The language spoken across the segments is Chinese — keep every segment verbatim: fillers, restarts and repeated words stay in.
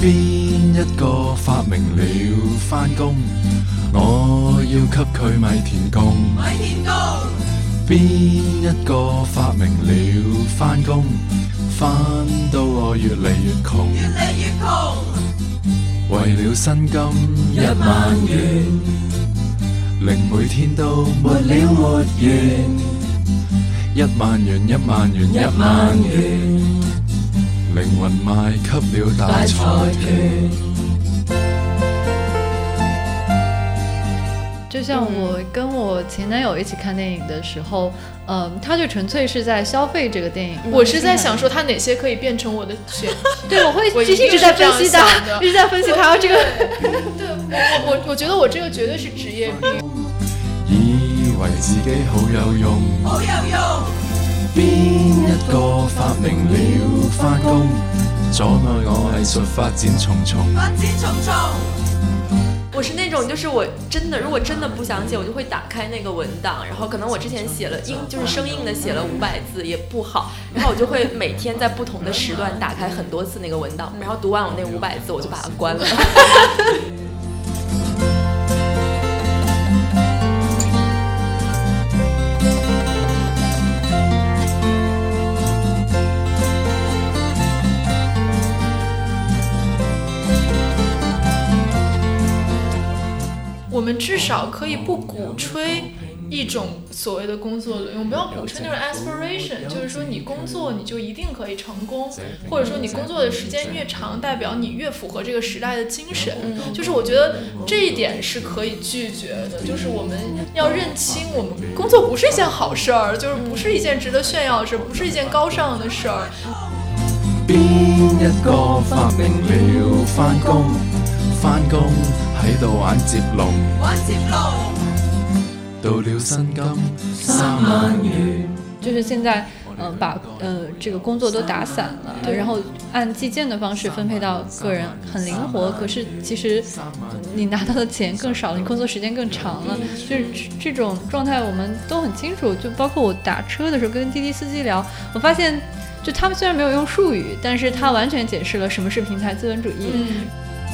邊一個發明了返工，我要給佢米田共。米田共。邊一個發明了返工，返到我越嚟越窮。越嚟越窮。為了薪金一萬元，令每天都沒了沒完。一萬元一萬元一萬元，靈魂賣給了大財團。 就像我跟我前男友一起看电影的时候，嗯，他就纯粹是在消费这个电影。 我是在想说他哪些可以变成我的选题。 对，我会一直在分析他，一直在分析他这个。 对，我我我觉得我这个绝对是职业病。 以為自己好有用，好有用。邊一個發明了返工，阻礙我藝術發展重重。發展重重。 我是那种，就是我真的，如果真的不想写，我就会打开那个文档，然后可能我之前写了硬，就是生硬的写了五百字也不好，然后我就会每天在不同的时段打开很多次那个文档，然后读完我那五百字，我就把它关了。 我们至少可以不鼓吹一种所谓的工作论，我们要鼓吹那种 aspiration， 就是说你工作你就一定可以成功，或者说你工作的时间越长，代表你越符合这个时代的精神。就是我觉得这一点是可以拒绝的，就是我们要认清我们工作不是一件好事儿，就是不是一件值得炫耀的事，不是一件高尚的事儿。 邊一個發明了返工，返工喺度玩接龍，玩接龍，到了薪金三萬元。 就是現在，呃，把呃這個工作都打散了，然後按計件的方式分配到個人，很靈活。可是其實你拿到的錢更少了，你工作時間更長了，就是這種狀態我們都很清楚。就包括我打車的時候跟滴滴司機聊，我發現就他們雖然沒有用術語，但是他完全解釋了什麼是平台資本主義。嗯，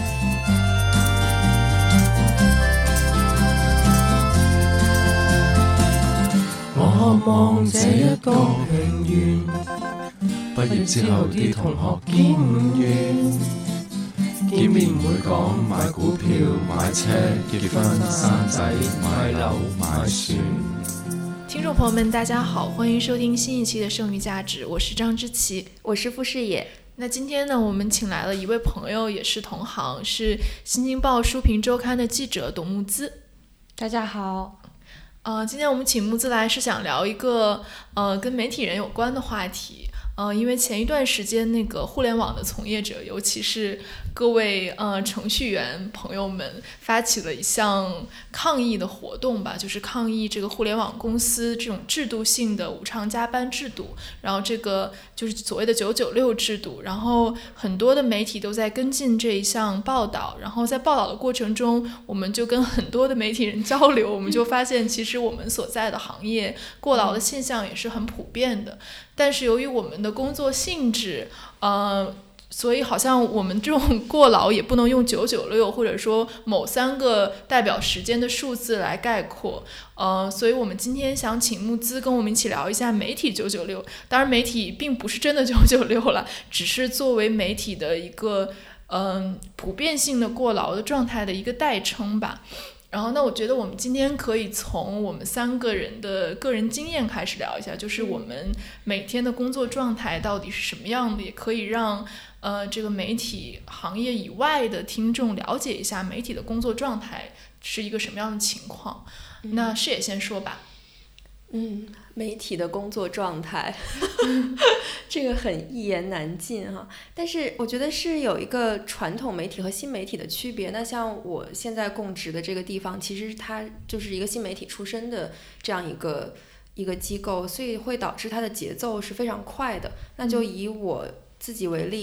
我渴望這一個平原，畢業之後啲同學見唔完，見面唔會講買股票、買車、結婚、生仔、買樓、買船。 聽眾朋友們大家好，歡迎收聽新一期的剩餘價值，我是張之琪， 我是傅視野。 那今天呢，我們請來了一位朋友，也是同行，是新京報書評週刊的記者董慕姿。 大家好。 呃，今天我們請慕姿來是想聊一個呃跟媒體人有關的話題。呃，因為前一段時間那個互聯網的從業者，尤其是各位呃程序員朋友們發起了一項抗議的活動吧，就是抗議這個互聯網公司這種制度性的無償加班制度，然後這個就是所謂的九九六制度，然後很多的媒體都在跟進這一項報道，然後在報道的過程中，我們就跟很多的媒體人交流，我們就發現其實我們所在的行業過勞的現象也是很普遍的，但是由於我們的工作性質，呃所以好像我們這種過勞也不能用九九六或者說某三個代表時間的數字來概括，呃，所以我們今天想請慕姿跟我們一起聊一下媒體九九六，當然媒體並不是真的九九六了，只是作為媒體的一個嗯、呃、普遍性的過勞的狀態的一個代稱吧。然後那我覺得我們今天可以從我們三個人的個人經驗開始聊一下，就是我們每天的工作狀態到底是什麼樣的，也可以讓呃這個媒體行業以外的聽眾了解一下媒體的工作狀態是一個什麼樣的情況。嗯、那視野先說吧。 嗯，媒體的工作狀態這個很一言難盡哈，但是我覺得是有一個傳統媒體和新媒體的區別。那像我現在供職的這個地方，其實它就是一個新媒體出身的這樣一個一個機構，所以會導致它的節奏是非常快的。那就以我自己為例，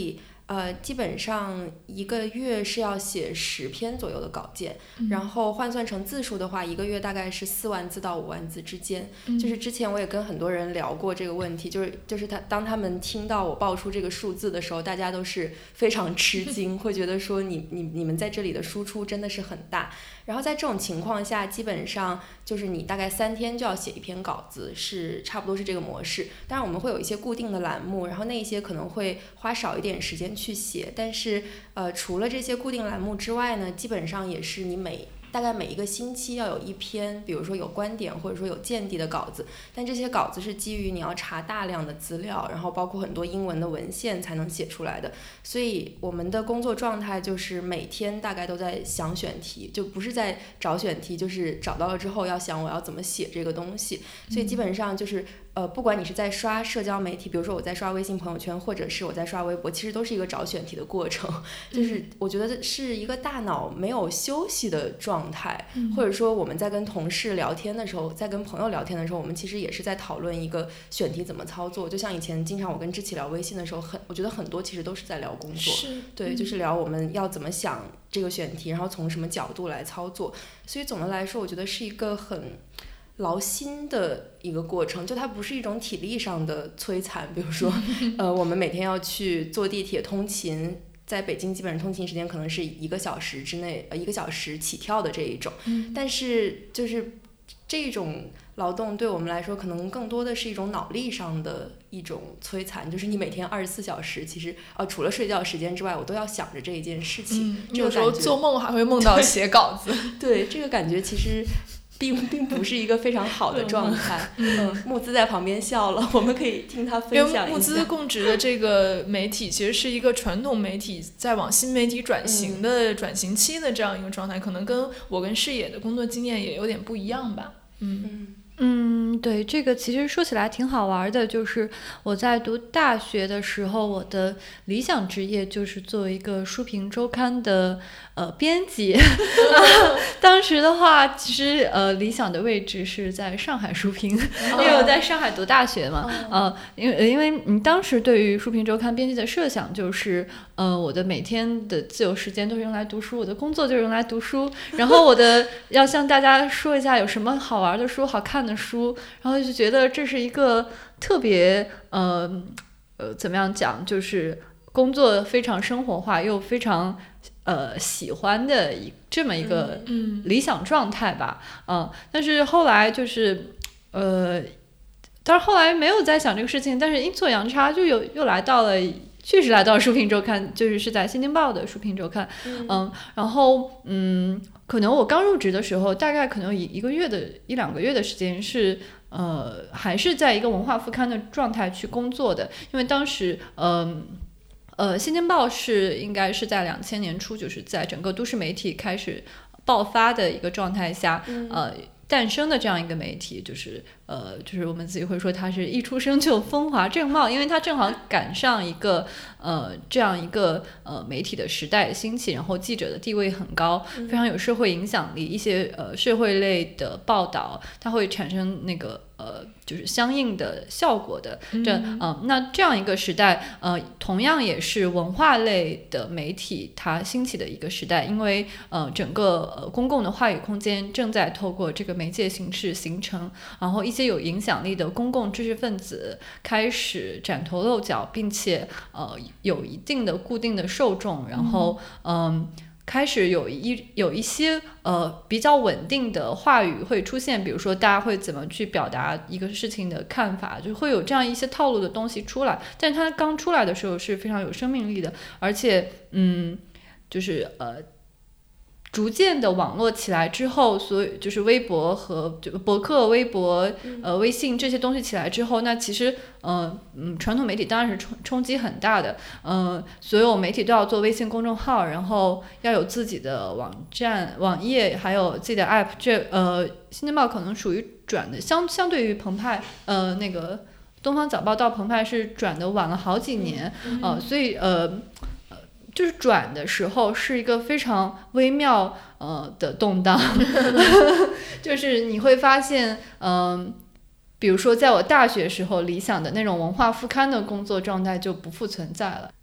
呃，基本上一个月是要写十篇左右的稿件，嗯、然后换算成字数的话，一个月大概是四万字到五万字之间。嗯、就是之前我也跟很多人聊过这个问题，就是就是他当他们听到我报出这个数字的时候，大家都是非常吃惊，会觉得说你你你们在这里的输出真的是很大。然后在这种情况下，基本上就是你大概三天就要写一篇稿子，是差不多是这个模式。当然我们会有一些固定的栏目，然后那一些可能会花少一点时间去写，但是呃，除了这些固定栏目之外呢，基本上也是你每大概每一个星期要有一篇，比如说有观点或者说有见地的稿子，但这些稿子是基于你要查大量的资料，然后包括很多英文的文献才能写出来的。所以我们的工作状态就是每天大概都在想选题，就不是在找选题，就是找到了之后要想我要怎么写这个东西。所以基本上就是呃，不管你是在刷社交媒体，比如说我在刷微信朋友圈，或者是我在刷微博，其实都是一个找选题的过程。就是我觉得是一个大脑没有休息的状态，嗯、或者说我们在跟同事聊天的时候，在跟朋友聊天的时候，我们其实也是在讨论一个选题怎么操作。就像以前经常我跟志奇聊微信的时候，很我觉得很多其实都是在聊工作，对， 嗯、 就是聊我们要怎么想这个选题，然后从什么角度来操作。所以总的来说，我觉得是一个很劳心的一个过程，就它不是一种体力上的摧残，比如说呃，我们每天要去坐地铁通勤，在北京基本上通勤时间可能是一个小时之内，呃，一个小时起跳的这一种， 嗯、 但是就是这种劳动对我们来说可能更多的是一种脑力上的一种摧残，就是你每天二十四小时其实呃除了睡觉时间之外，我都要想着这一件事情， 嗯、有时候做梦还会梦到写稿子。 对，对，这个感觉其实并并不是一个非常好的状态。嗯，木资在旁边笑了，我们可以听他分享一下。 因为木资供职的这个媒体其实是一个传统媒体在往新媒体转型的转型期的这样一个状态，嗯、可能跟我跟视野的工作经验也有点不一样吧。 嗯嗯，对，这个其实说起来挺好玩的，就是我在读大学的时候，我的理想职业就是做一个书评周刊的呃编辑。当时的话，其实呃理想的位置是在上海书评，因为我在上海读大学嘛。呃，因为因为你当时对于书评周刊编辑的设想就是，呃，我的每天的自由时间都是用来读书，我的工作就是用来读书，然后我的要向大家说一下有什么好玩的书、好看的书，然后就觉得这是一个特别呃呃怎么样讲，就是工作非常生活化又非常呃喜欢的一这么一个理想状态吧。嗯、呃，但是后来就是呃，但是后来没有在想这个事情，但是阴错阳差就有又来到了。确实来到书评周刊，就是是在新京报的书评周刊。嗯, 嗯然后嗯可能我刚入职的时候大概可能一一个月的一两个月的时间是呃还是在一个文化副刊的状态去工作的，因为当时嗯呃, 呃新京报是应该是在两千年初，就是在整个都市媒体开始爆发的一个状态下， 嗯、 呃诞生的这样一个媒体，就是呃，就是我们自己会说它是一出生就风华正茂，因为它正好赶上一个呃这样一个呃媒体的时代兴起，然后记者的地位很高，非常有社会影响力，一些呃社会类的报道它会产生那个呃就是相应的效果的。这嗯、呃、那这样一个时代，呃同样也是文化类的媒体它兴起的一个时代，因为呃整个呃公共的话语空间正在透过这个媒介形式形成，然后一些有影响力的公共知识分子开始崭头露角，并且呃有一定的固定的受众，然后嗯、呃、开始有一有一些呃比较稳定的话语会出现，比如说大家会怎么去表达一个事情的看法，就会有这样一些套路的东西出来。但是它刚出来的时候是非常有生命力的，而且嗯就是呃逐渐的网络起来之后，所以就是微博和这个博客、微博、呃微信这些东西起来之后，那其实呃嗯传统媒体当然是冲冲击很大的，呃所有媒体都要做微信公众号，然后要有自己的网站、网页，还有自己的 app。这呃新京报可能属于转的相相对于澎湃呃那个东方早报到澎湃是转的晚了好几年，呃所以呃。就是转的时候是一个非常微妙呃的动荡，就是你会发现，嗯、呃，比如说在我大学时候理想的那种文化副刊的工作状态就不复存在了。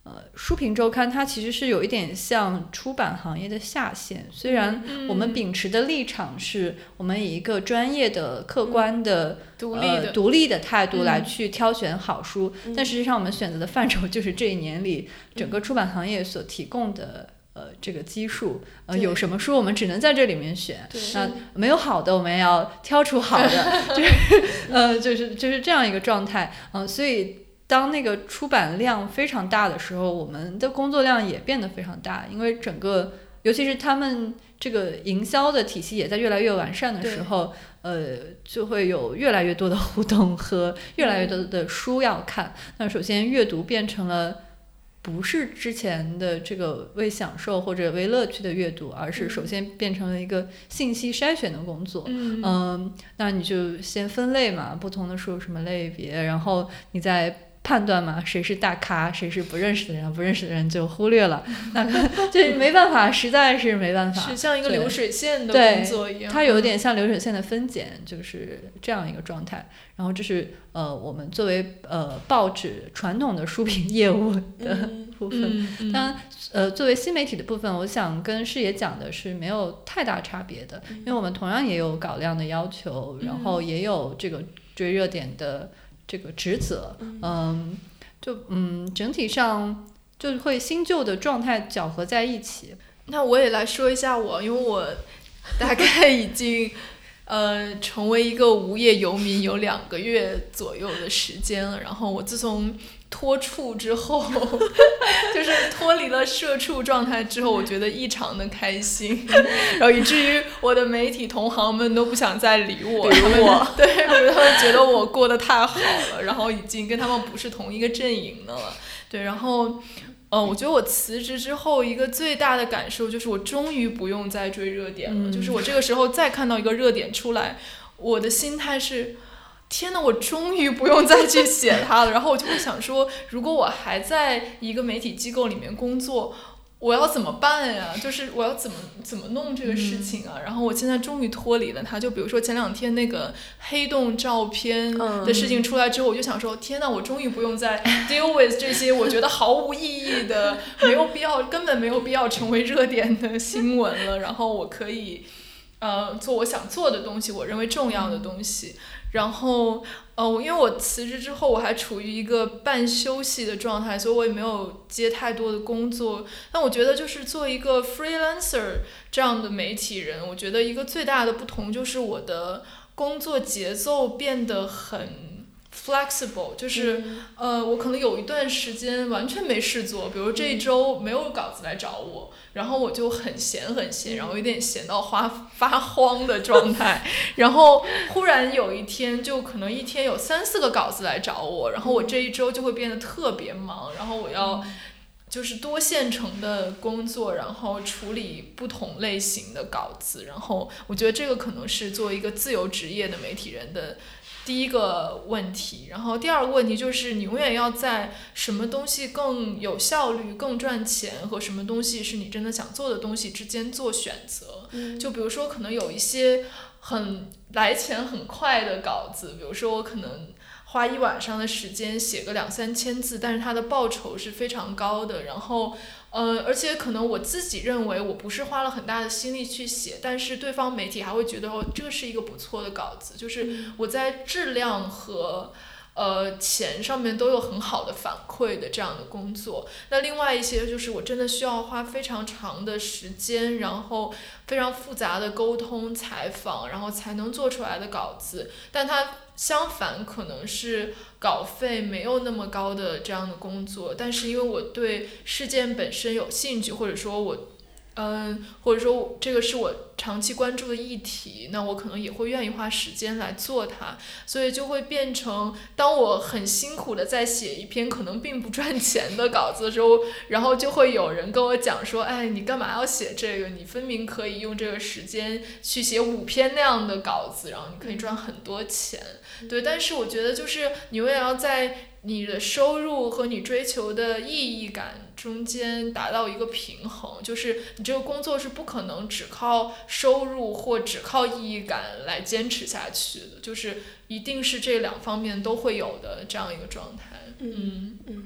呃，书评周刊它其实是有一点像出版行业的下线，虽然我们秉持的立场是我们以一个专业的、客观的、 嗯、独立的、 呃、独立的态度来去挑选好书， 嗯、 但实际上我们选择的范畴就是这一年里整个出版行业所提供的。呃，这个基数，呃，有什么书我们只能在这里面选，那没有好的，我们也要挑出好的，就是呃，就是就是这样一个状态，嗯、呃，所以当那个出版量非常大的时候，我们的工作量也变得非常大，因为整个，尤其是他们这个营销的体系也在越来越完善的时候，呃，就会有越来越多的互动和越来越多的书要看。那首先阅读变成了。不是之前的这个为享受或者为乐趣的阅读，而是首先变成了一个信息筛选的工作。 嗯， 嗯，那你就先分类嘛，不同的书有什么类别，然后你再判断嘛，谁是大咖，谁是不认识的人，不认识的人就忽略了。那这没办法，实在是没办法。 是像一个流水线的工作一样。 它有点像流水线的分拣，就是这样一个状态。然后这是呃我们作为呃报纸传统的书评业务的部分。 嗯嗯、 当然呃作为新媒体的部分，我想跟视野讲的是没有太大差别的，因为我们同样也有稿量的要求，然后也有这个追热点的这个职责。嗯，嗯就嗯整体上就会新旧的状态搅合在一起。 那我也来说一下我，因为我大概已经呃，成为一个无业游民有两个月左右的时间了。然后我自从脱畜之后，就是脱离了社畜状态之后，我觉得异常的开心，然后以至于我的媒体同行们都不想再理我， 比如我， 对，比如他们觉得我过得太好了，然后已经跟他们不是同一个阵营的了。对，然后。呃，我觉得我辞职之后一个最大的感受就是我终于不用再追热点了、嗯、就是我这个时候再看到一个热点出来，我的心态是天哪，我终于不用再去写它了。然后我就会想说，如果我还在一个媒体机构里面工作，我要怎么办呀？就是我要怎么怎么弄这个事情啊、嗯、然后我现在终于脱离了它。就比如说前两天那个黑洞照片的事情出来之后、嗯、我就想说天哪，我终于不用再 deal with 这些我觉得毫无意义的没有必要根本没有必要成为热点的新闻了，然后我可以呃做我想做的东西，我认为重要的东西。然后呃，因为我辞职之后我还处于一个半休息的状态，所以我也没有接太多的工作。但我觉得就是做一个 freelancer 这样的媒体人，我觉得一个最大的不同就是我的工作节奏变得很flexible， 就是、嗯、呃，我可能有一段时间完全没事做，比如这一周没有稿子来找我，然后我就很闲很闲，然后有点闲到发发慌的状态，然后忽然有一天就可能一天有三四个稿子来找我，然后我这一周就会变得特别忙，然后我要就是多线程的工作，然后处理不同类型的稿子，然后我觉得这个可能是作为一个自由职业的媒体人的第一个问题。然后第二个问题就是你永远要在什么东西更有效率更赚钱和什么东西是你真的想做的东西之间做选择、嗯、就比如说可能有一些很来钱很快的稿子，比如说我可能花一晚上的时间写个两三千字，但是它的报酬是非常高的，然后呃，而且可能我自己认为我不是花了很大的心力去写，但是对方媒体还会觉得哦，这个是一个不错的稿子，就是我在质量和呃钱上面都有很好的反馈的这样的工作。那另外一些就是我真的需要花非常长的时间，然后非常复杂的沟通采访，然后才能做出来的稿子，但它相反可能是稿费没有那么高的这样的工作，但是因为我对事件本身有兴趣，或者说我嗯，或者说这个是我长期关注的议题，那我可能也会愿意花时间来做它，所以就会变成当我很辛苦的在写一篇可能并不赚钱的稿子的时候，然后就会有人跟我讲说，哎，你干嘛要写这个，你分明可以用这个时间去写五篇那样的稿子，然后你可以赚很多钱。对，但是我觉得就是你永远要在你的收入和你追求的意义感中间达到一个平衡，就是你这个工作是不可能只靠收入或只靠意义感来坚持下去的，就是一定是这两方面都会有的这样一个状态。 嗯嗯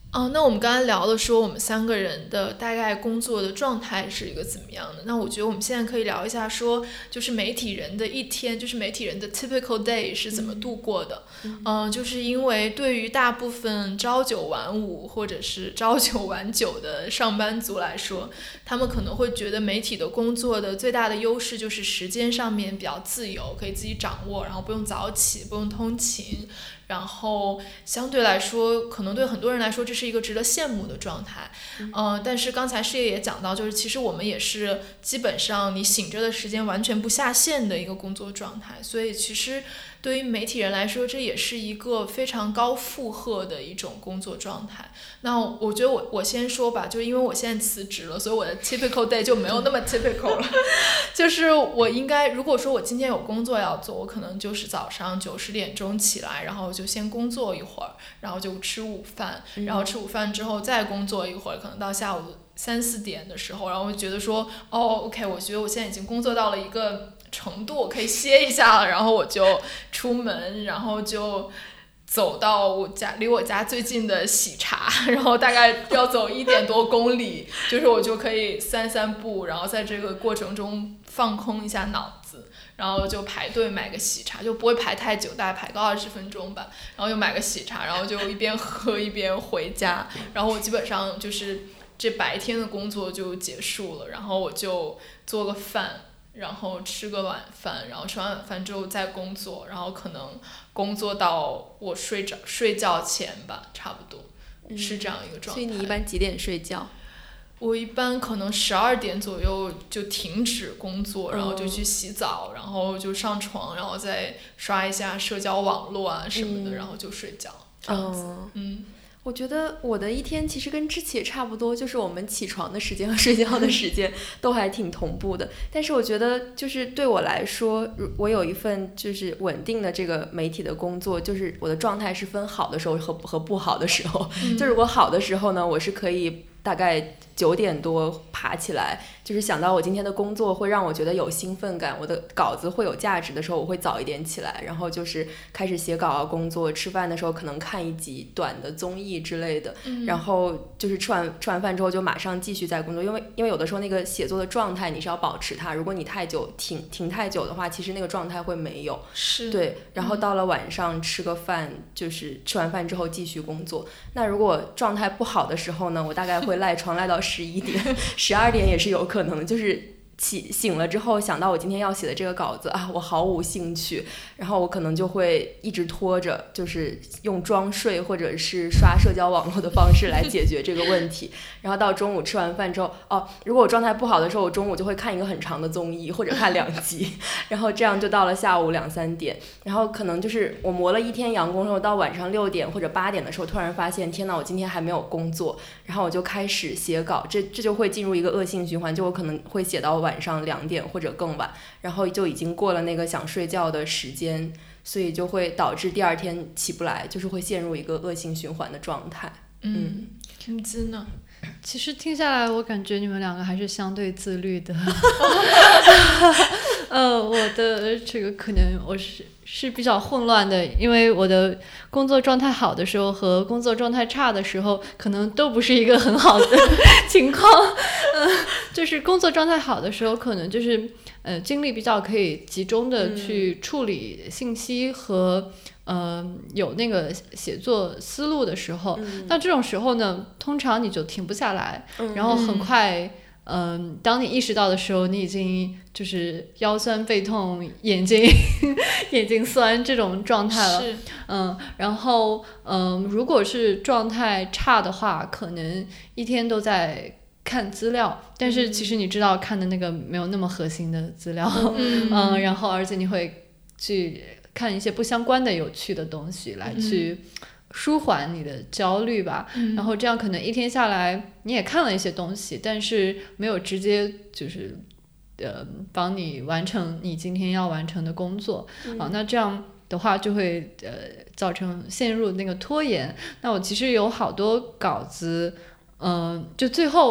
哦，那我们刚才聊了说我们三个人的大概工作的状态是一个怎么样的，那我觉得我们现在可以聊一下说就是媒体人的一天，就是媒体人的 typical day 是怎么度过的。嗯、呃，就是因为对于大部分朝九晚五或者是朝九晚九的上班族来说，他们可能会觉得媒体的工作的最大的优势就是时间上面比较自由，可以自己掌握，然后不用早起，不用通勤，然后相对来说可能对很多人来说这是一个值得羡慕的状态。嗯、呃，但是刚才事业也讲到，就是其实我们也是基本上你醒着的时间完全不下线的一个工作状态，所以其实对于媒体人来说这也是一个非常高负荷的一种工作状态。那我觉得我我先说吧，就因为我现在辞职了，所以我的 typical day 就没有那么 typical 了就是我应该如果说我今天有工作要做，我可能就是早上九十点钟起来，然后就先工作一会儿，然后就吃午饭，然后吃午饭之后再工作一会儿，可能到下午三四点的时候，然后我觉得说哦 OK 我觉得我现在已经工作到了一个程度，我可以歇一下了，然后我就出门，然后就走到我家离我家最近的喜茶，然后大概要走一点多公里就是我就可以散散步，然后在这个过程中放空一下脑子，然后就排队买个喜茶，就不会排太久，大概排个二十分钟吧，然后就买个喜茶，然后就一边喝一边回家，然后我基本上就是这白天的工作就结束了，然后我就做个饭，然后吃个晚饭，然后吃完晚饭之后再工作，然后可能工作到我睡着睡觉前吧，差不多、嗯、是这样一个状态。 所以你一般几点睡觉？ 我一般可能十二点左右就停止工作，然后就去洗澡、嗯、然后就上床，然后再刷一下社交网络啊什么的、嗯、然后就睡觉这样子。嗯, 嗯我觉得我的一天其实跟之前也差不多，就是我们起床的时间和睡觉的时间都还挺同步的。但是我觉得就是对我来说，我有一份就是稳定的这个媒体的工作，就是我的状态是分好的时候和和不好的时候、嗯、就如果好的时候呢，我是可以大概九点多爬起来，就是想到我今天的工作会让我觉得有兴奋感，我的稿子会有价值的时候，我会早一点起来，然后就是开始写稿啊，工作，吃饭的时候可能看一集短的综艺之类的、嗯、然后就是吃完吃完饭之后就马上继续在工作，因为因为有的时候那个写作的状态你是要保持它，如果你太久停停太久的话，其实那个状态会没有， 是对，然后到了晚上吃个饭、嗯、就是吃完饭之后继续工作。那如果状态不好的时候呢，我大概会赖床赖到十一点十二点也是有可能，就是起醒了之后想到我今天要写的这个稿子啊，我毫无兴趣，然后我可能就会一直拖着，就是用装睡或者是刷社交网络的方式来解决这个问题然后到中午吃完饭之后，哦，如果我状态不好的时候，我中午就会看一个很长的综艺或者看两集然后这样就到了下午两三点，然后可能就是我磨了一天洋工之后，到晚上六点或者八点的时候突然发现天哪，我今天还没有工作，然后我就开始写稿，这这就会进入一个恶性循环，就我可能会写到晚上两点或者更晚，然后就已经过了那个想睡觉的时间，所以就会导致第二天起不来，就是会陷入一个恶性循环的状态。 嗯，听真呢？ 其实听下来我感觉你们两个还是相对自律的呃，我的这个可能我是是比较混乱的，因为我的工作状态好的时候和工作状态差的时候可能都不是一个很好的情况呃，就是工作状态好的时候可能就是呃精力比较可以集中的去处理信息和、嗯、呃有那个写作思路的时候、嗯、那这种时候呢通常你就停不下来、嗯、然后很快嗯、呃，当你意识到的时候你已经就是腰酸背痛眼睛眼睛酸这种状态了，嗯，然后嗯，如果是状态差的话可能一天都在看资料，但是其实你知道看的那个没有那么核心的资料， 嗯, 嗯，然后而且你会去看一些不相关的有趣的东西来去舒缓你的焦虑吧、嗯、然后这样可能一天下来你也看了一些东西，但是没有直接就是呃帮你完成你今天要完成的工作、嗯、啊，那这样的话就会呃造成陷入那个拖延。那我其实有好多稿子嗯、呃，就最后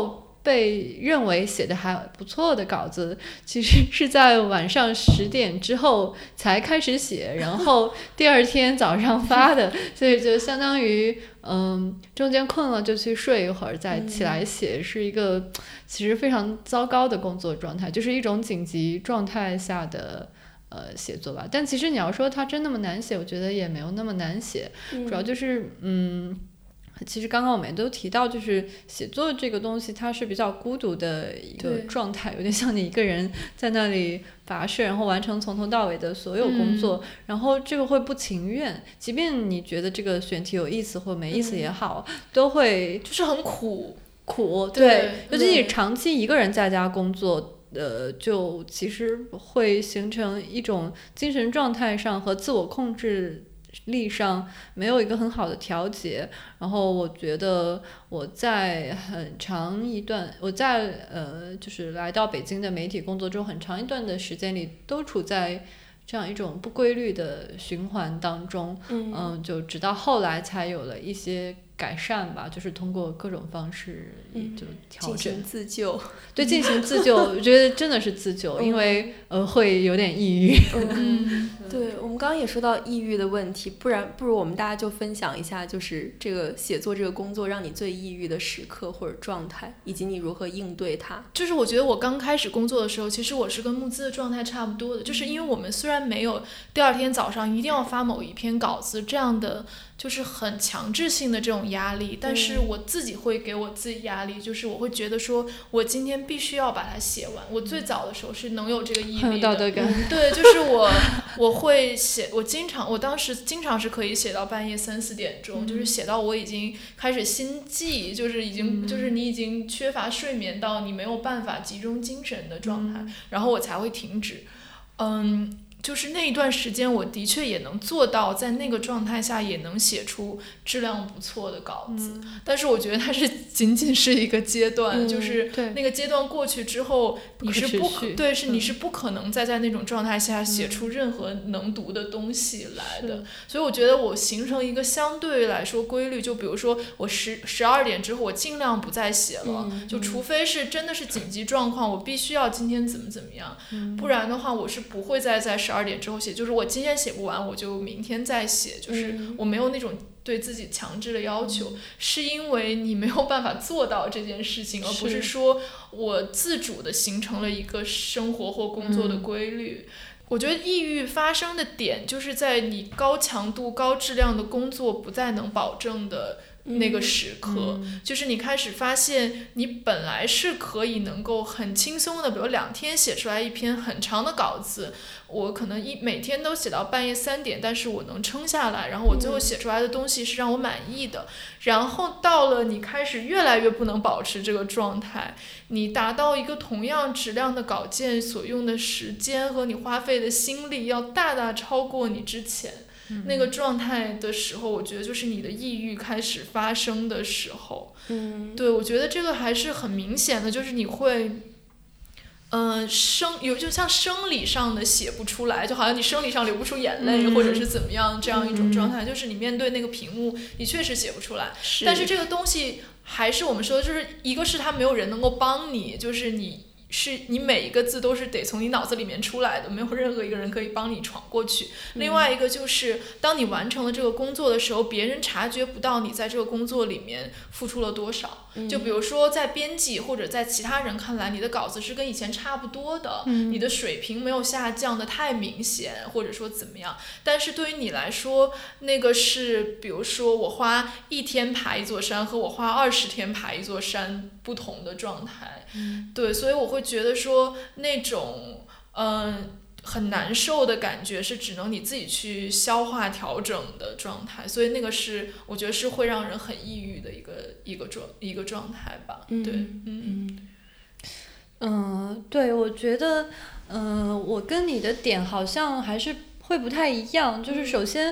被认为写的还不错的稿子，其实是在晚上十点之后才开始写，然后第二天早上发的，所以就相当于嗯，中间困了就去睡一会儿，再起来写，是一个其实非常糟糕的工作状态，就是一种紧急状态下的呃写作吧。但其实你要说它真那么难写，我觉得也没有那么难写，主要就是嗯。其实刚刚我们都提到，就是写作这个东西它是比较孤独的一个状态，有点像你一个人在那里跋涉，然后完成从头到尾的所有工作、嗯、然后这个会不情愿，即便你觉得这个选题有意思或没意思也好、嗯、都会就是很苦苦 对, 对，尤其你长期一个人在家工作呃，就其实会形成一种精神状态上和自我控制力上没有一个很好的调节，然后我觉得我在很长一段我在呃就是来到北京的媒体工作中很长一段的时间里都处在这样一种不规律的循环当中，嗯、呃，就直到后来才有了一些改善吧，就是通过各种方式就调整、嗯、 进行自救， 对，进行自救，我觉得真的是自救，因为呃会有点抑郁。 嗯，对，我们刚刚也说到抑郁的问题，不然不如我们大家就分享一下，就是这个写作这个工作让你最抑郁的时刻或者状态，以及你如何应对它。 就是我觉得我刚开始工作的时候，其实我是跟木资的状态差不多的，就是因为我们虽然没有第二天早上一定要发某一篇稿子这样的就是很强制性的这种压力，但是我自己会给我自己压力，就是我会觉得说我今天必须要把它写完。我最早的时候是能有这个毅力的， 很有道德感、 嗯、对，就是我我会写，我经常我当时经常是可以写到半夜三四点钟、嗯、就是写到我已经开始心悸，就是已经、嗯、就是你已经缺乏睡眠到你没有办法集中精神的状态、嗯、然后我才会停止。嗯，就是那一段时间我的确也能做到在那个状态下也能写出质量不错的稿子、嗯、但是我觉得它是仅仅是一个阶段、嗯、就是那个阶段过去之后你是不可对是你是不可能再在那种状态下写出任何能读的东西来的、嗯、所以我觉得我形成一个相对来说规律，就比如说我十十二点之后我尽量不再写了、嗯、就除非是真的是紧急状况、嗯、我必须要今天怎么怎么样、嗯、不然的话我是不会再在十二点之后写，就是我今天写不完我就明天再写，就是我没有那种对自己强制的要求、嗯、是因为你没有办法做到这件事情，而不是说我自主的形成了一个生活或工作的规律、嗯、我觉得抑郁发生的点就是在你高强度高质量的工作不再能保证的那个时刻、嗯、就是你开始发现你本来是可以能够很轻松的比如两天写出来一篇很长的稿子，我可能一每天都写到半夜三点，但是我能撑下来，然后我最后写出来的东西是让我满意的、嗯、然后到了你开始越来越不能保持这个状态，你达到一个同样质量的稿件所用的时间和你花费的心力要大大超过你之前那个状态的时候，我觉得就是你的抑郁开始发生的时候。嗯，对，我觉得这个还是很明显的，就是你会嗯、呃，生有就像生理上的写不出来，就好像你生理上流不出眼泪、嗯、或者是怎么样这样一种状态、嗯、就是你面对那个屏幕你确实写不出来，是但是这个东西还是我们说就是一个是它没有人能够帮你，就是你是你每一个字都是得从你脑子里面出来的，没有任何一个人可以帮你闯过去、嗯、另外一个就是当你完成了这个工作的时候，别人察觉不到你在这个工作里面付出了多少、嗯、就比如说在编辑或者在其他人看来你的稿子是跟以前差不多的、嗯、你的水平没有下降的太明显或者说怎么样，但是对于你来说那个是比如说我花一天爬一座山和我花二十天爬一座山不同的状态、嗯、对，所以我会觉得说那种嗯、呃、很难受的感觉是只能你自己去消化调整的状态，所以那个是我觉得是会让人很抑郁的一个一个状一个状态吧。对，嗯嗯嗯，对，我觉得嗯、呃、我跟你的点好像还是会不太一样，就是首先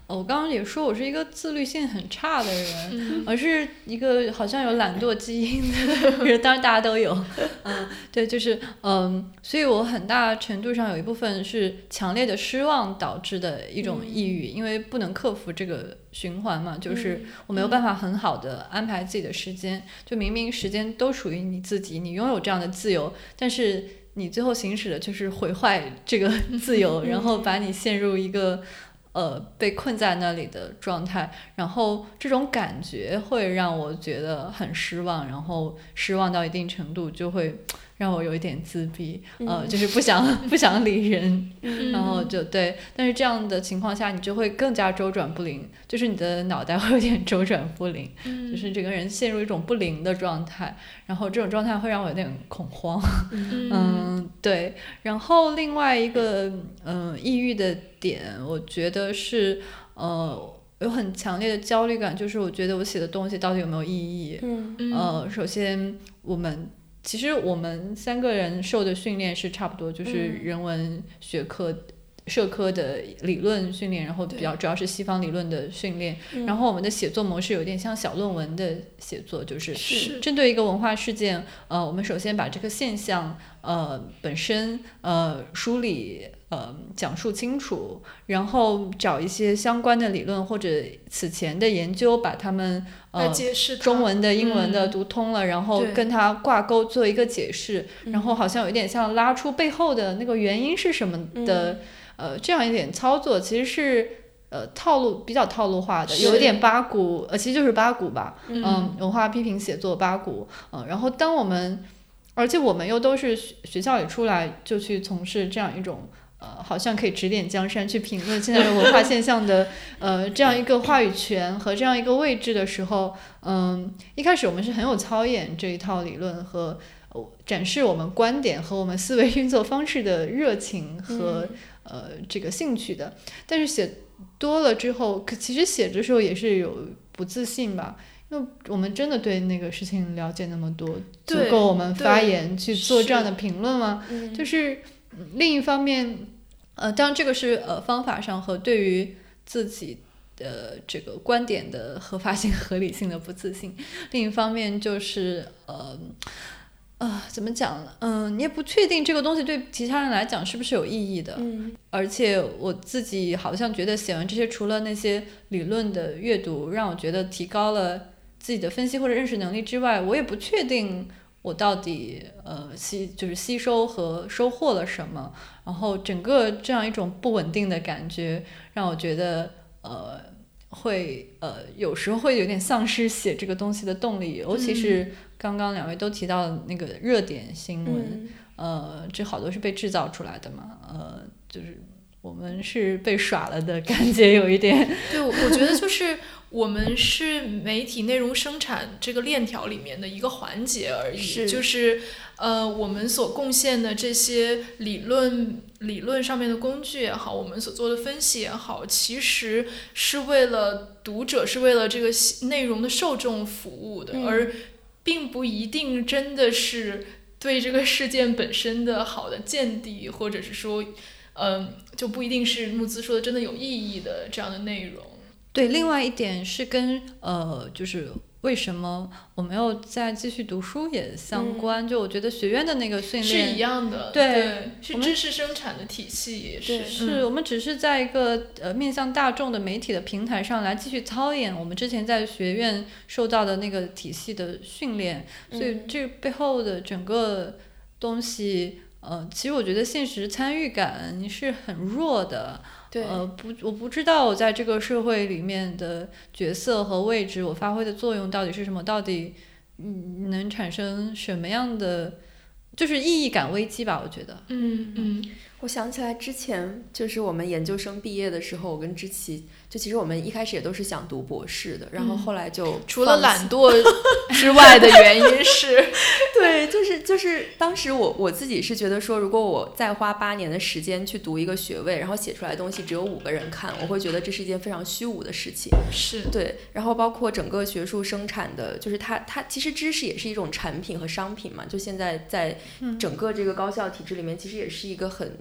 我刚刚也说我是一个自律性很差的人，而是一个好像有懒惰基因的人，当然大家都有，嗯，对，就是嗯，所以我很大程度上有一部分是强烈的失望导致的一种抑郁，因为不能克服这个循环嘛，就是我没有办法很好的安排自己的时间，就明明时间都属于你自己，你拥有这样的自由，但是你最后行使的就是毁坏这个自由，然后把你陷入一个呃，被困在那里的状态，然后这种感觉会让我觉得很失望，然后失望到一定程度就会让我有一点自闭，呃，就是不想不想理人，然后就对，但是这样的情况下，你就会更加周转不灵，就是你的脑袋会有点周转不灵，就是整个人陷入一种不灵的状态，然后这种状态会让我有点恐慌，嗯，对，然后另外一个嗯、呃、抑郁的点，我觉得是呃。有很强烈的焦虑感，就是我觉得我写的东西到底有没有意义？嗯，呃，首先我们其实我们三个人受的训练是差不多，就是人文学科、嗯、社科的理论训练，然后比较主要是西方理论的训练。然后我们的写作模式有点像小论文的写作，就是针对一个文化事件，呃，我们首先把这个现象呃本身呃梳理。呃，讲述清楚，然后找一些相关的理论或者此前的研究，把它们呃中文的、英文的读通了，嗯、然后跟它挂钩做一个解释，然后好像有点像拉出背后的那个原因是什么的，嗯、呃，这样一点操作其实是呃套路比较套路化的，有一点八股，呃，其实就是八股吧，嗯，嗯文化批评写作八股，嗯、呃，然后当我们，而且我们又都是学校里出来就去从事这样一种。呃，好像可以指点江山去评论现在的文化现象的呃这样一个话语权和这样一个位置的时候，嗯，一开始我们是很有操演这一套理论和、呃、展示我们观点和我们思维运作方式的热情和、嗯、呃这个兴趣的，但是写多了之后，可其实写的时候也是有不自信吧。因为我们真的对那个事情了解那么多，足够我们发言去做这样的评论吗？就是另一方面，呃，当然这个是呃方法上和对于自己的这个观点的合法性、合理性的不自信。另一方面就是呃呃怎么讲呢？嗯、呃，你也不确定这个东西对其他人来讲是不是有意义的。嗯。而且我自己好像觉得写完这些，除了那些理论的阅读让我觉得提高了自己的分析或者认识能力之外，我也不确定。我到底呃吸就是吸收和收获了什么？然后整个这样一种不稳定的感觉，让我觉得呃会呃有时候会有点丧失写这个东西的动力，尤其是刚刚两位都提到那个热点新闻，嗯、呃，这好多是被制造出来的嘛，呃，就是我们是被耍了的感觉有一点。 对，我觉得就是我们是媒体内容生产这个链条里面的一个环节而已，是就是呃我们所贡献的这些理论理论上面的工具也好，我们所做的分析也好，其实是为了读者，是为了这个内容的受众服务的，嗯、而并不一定真的是对这个事件本身的好的见地，或者是说嗯，就不一定是慕姿说的真的有意义的这样的内容。 对，另外一点是跟呃，就是为什么我没有再继续读书也相关。嗯、就我觉得学院的那个训练是一样的， 对， 对是知识生产的体系也是。 是、嗯、我们只是在一个呃面向大众的媒体的平台上来继续操演我们之前在学院受到的那个体系的训练，所以这背后的整个东西。呃，其实我觉得现实参与感是很弱的，对，呃，不，我不知道我在这个社会里面的角色和位置，我发挥的作用到底是什么，到底嗯能产生什么样的，就是意义感危机吧，我觉得。 嗯嗯， 我想起来之前就是我们研究生毕业的时候，我跟知琪，就其实我们一开始也都是想读博士的，然后后来就、嗯、 除了懒惰之外的原因是对，就是就是当时我我自己是觉得说，如果我再花八年的时间去读一个学位，然后写出来的东西只有五个人看，我会觉得这是一件非常虚无的事情。 是对，然后包括整个学术生产的，就是它它其实知识也是一种产品和商品嘛，就现在在整个这个高校体制里面，其实也是一个很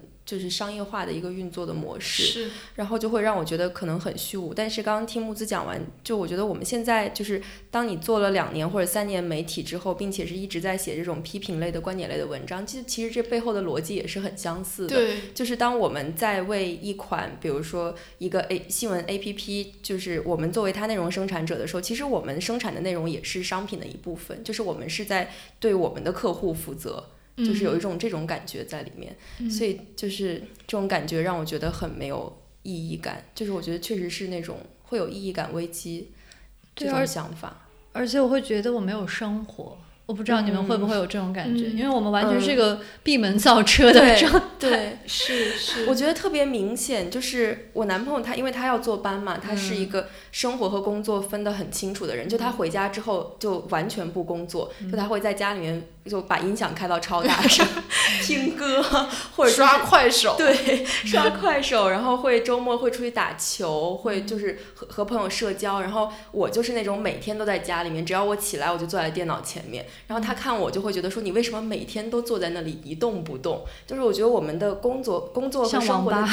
就是商业化的一个运作的模式， 是， 然后就会让我觉得可能很虚无。但是刚刚听木子讲完，就我觉得我们现在就是当你做了两年或者三年媒体之后，并且是一直在写这种批评类的观点类的文章，其实其实这背后的逻辑也是很相似的。 对， 就是当我们在为一款比如说一个 A 新闻 A P P， 就是我们作为它内容生产者的时候，其实我们生产的内容也是商品的一部分，就是我们是在对我们的客户负责，就是有一种这种感觉在里面、嗯、所以就是这种感觉让我觉得很没有意义感，就是我觉得确实是那种会有意义感危机这种想法。 而且我会觉得我没有生活，我不知道你们会不会有这种感觉、嗯、因为我们完全是个闭门造车的状态、 嗯、对, 对是是， 我觉得特别明显，就是我男朋友他因为他要坐班嘛，他是一个生活和工作分得很清楚的人、嗯、就他回家之后就完全不工作、嗯、就他会在家里面就把音响开到超大声听歌或者、就是、 刷快手， 对，刷快手然后会周末会出去打球，会就是和和朋友社交，然后我就是那种每天都在家里面，只要我起来我就坐在电脑前面，然后他看我就会觉得说你为什么每天都坐在那里一动不动，就是我觉得我们的工作工作和生活的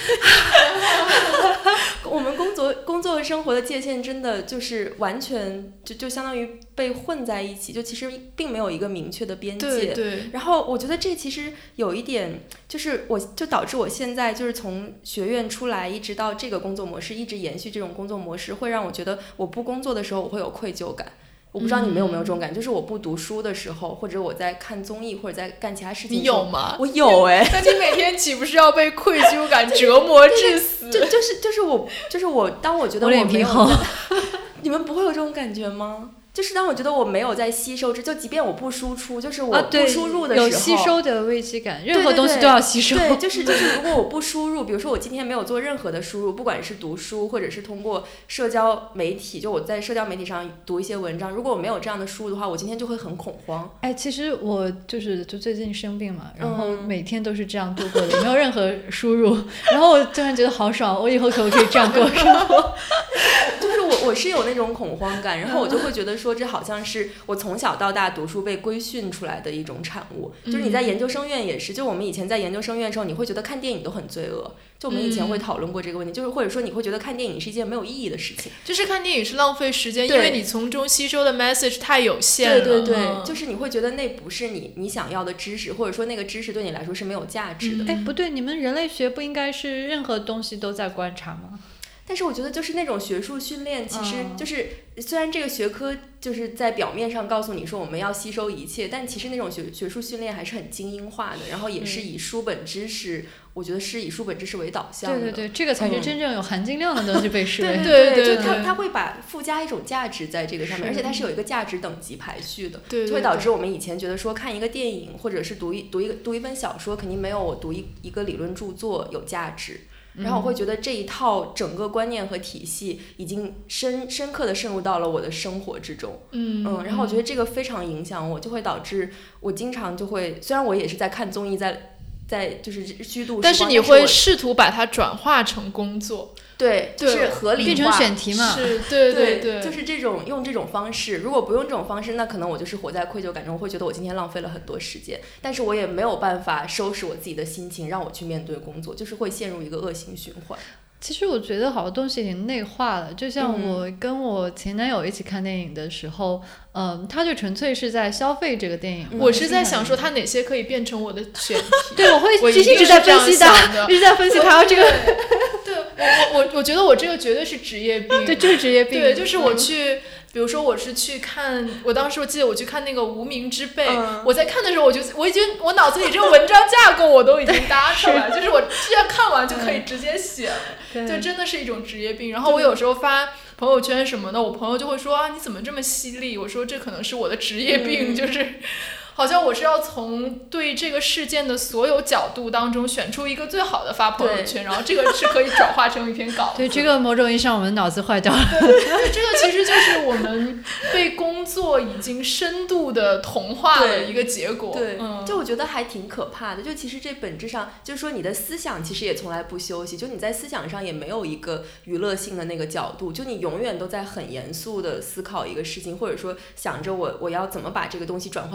我们工作工作和生活的界限真的就是完全就就相当于被混在一起，就其实并没有一个明确的边界。 对对。 然后我觉得这其实有一点就是我就导致我现在就是从学院出来一直到这个工作模式一直延续这种工作模式，会让我觉得我不工作的时候我会有愧疚感。我不知道你们有没有这种感觉、嗯、就是我不读书的时候，或者我在看综艺或者在干其他事情。 你有吗？ 我有哎、欸。 那你每天岂不是要被愧疚感折磨致死？ 就就是就是我就是我当我觉得我没有你们不会有这种感觉吗？就是当我觉得我没有在吸收，就即便我不输出，就是我不输入的时候、啊、 有吸收的危机感，任何东西都要吸收。 对，就是就是如果我不输入，比如说我今天没有做任何的输入，不管是读书或者是通过社交媒体，就我在社交媒体上读一些文章，如果我没有这样的输入的话，我今天就会很恐慌。 哎，其实我就是就最近生病嘛，然后每天都是这样度过的，嗯、没有任何输入，然后我突然觉得好爽，我以后可不可以这样过生活？ 就是我我是有那种恐慌感，然后我就会觉得说这好像是我从小到大读书被规训出来的一种产物。就是你在研究生院也是，就我们以前在研究生院的时候，你会觉得看电影都很罪恶，就我们以前会讨论过这个问题，就是或者说你会觉得看电影是一件没有意义的事情， 就是看电影是浪费时间，因为你从中吸收的 message 太有限了。 对对对、嗯、就是你会觉得那不是你你想要的知识，或者说那个知识对你来说是没有价值的。 哎、嗯，不对，你们人类学不应该是任何东西都在观察吗？ 但是我觉得就是那种学术训练，其实就是虽然这个学科就是在表面上告诉你说我们要吸收一切，但其实那种学学术训练还是很精英化的，然后也是以书本知识、嗯、我觉得是以书本知识为导向的。 对对对，这个才是真正有含金量的东西被视为。 对对 对, 对，就它它会把附加一种价值在这个上面，而且它是有一个价值等级排序的， 对对对， 就会导致我们以前觉得说看一个电影或者是读一读一个读一本小说，肯定没有我读一一个理论著作有价值。然后我会觉得这一套整个观念和体系已经深深刻的渗入到了我的生活之中。 嗯嗯，然后我觉得这个非常影响我，就会导致我经常就会，虽然我也是在看综艺，在在就是虚度时光， 但是你会试图把它转化成工作。 对，就是合理化， 变成选题嘛。 是，对对对, 对， 就是这种用这种方式。如果不用这种方式，那可能我就是活在愧疚感中，我会觉得我今天浪费了很多时间，但是我也没有办法收拾我自己的心情，让我去面对工作，就是会陷入一个恶性循环。 其实我觉得好多东西已经内化了，就像我跟我前男友一起看电影的时候，嗯、呃，他就纯粹是在消费这个电影。 我是在想说他哪些可以变成我的选题。 对，我会一直在分析的，一直在分析他这个。 对，我我我觉得我这个绝对是职业病。 对，就是职业病。 对，就是我去。嗯，比如说我是去看，我当时我记得我去看那个《无名之辈》，嗯，我在看的时候我就我已经我脑子里这个文章架构我都已经搭出来，就是我这样看完就可以直接写了，嗯，就真的是一种职业病。然后我有时候发朋友圈什么的，我朋友就会说啊你怎么这么犀利？我说这可能是我的职业病，嗯，就是好像我是要从对这个事件的所有角度当中选出一个最好的发朋友圈，然后这个是可以转化成一篇稿子。 对，这个某种意义上我们脑子坏掉了。 对对对，这个其实就是我们被工作已经深度的同化的一个结果。 对， 嗯， 就我觉得还挺可怕的。就其实这本质上就是说你的思想其实也从来不休息，就你在思想上也没有一个娱乐性的那个角度，就你永远都在很严肃的思考一个事情，或者说想着我我要怎么把这个东西转换成我工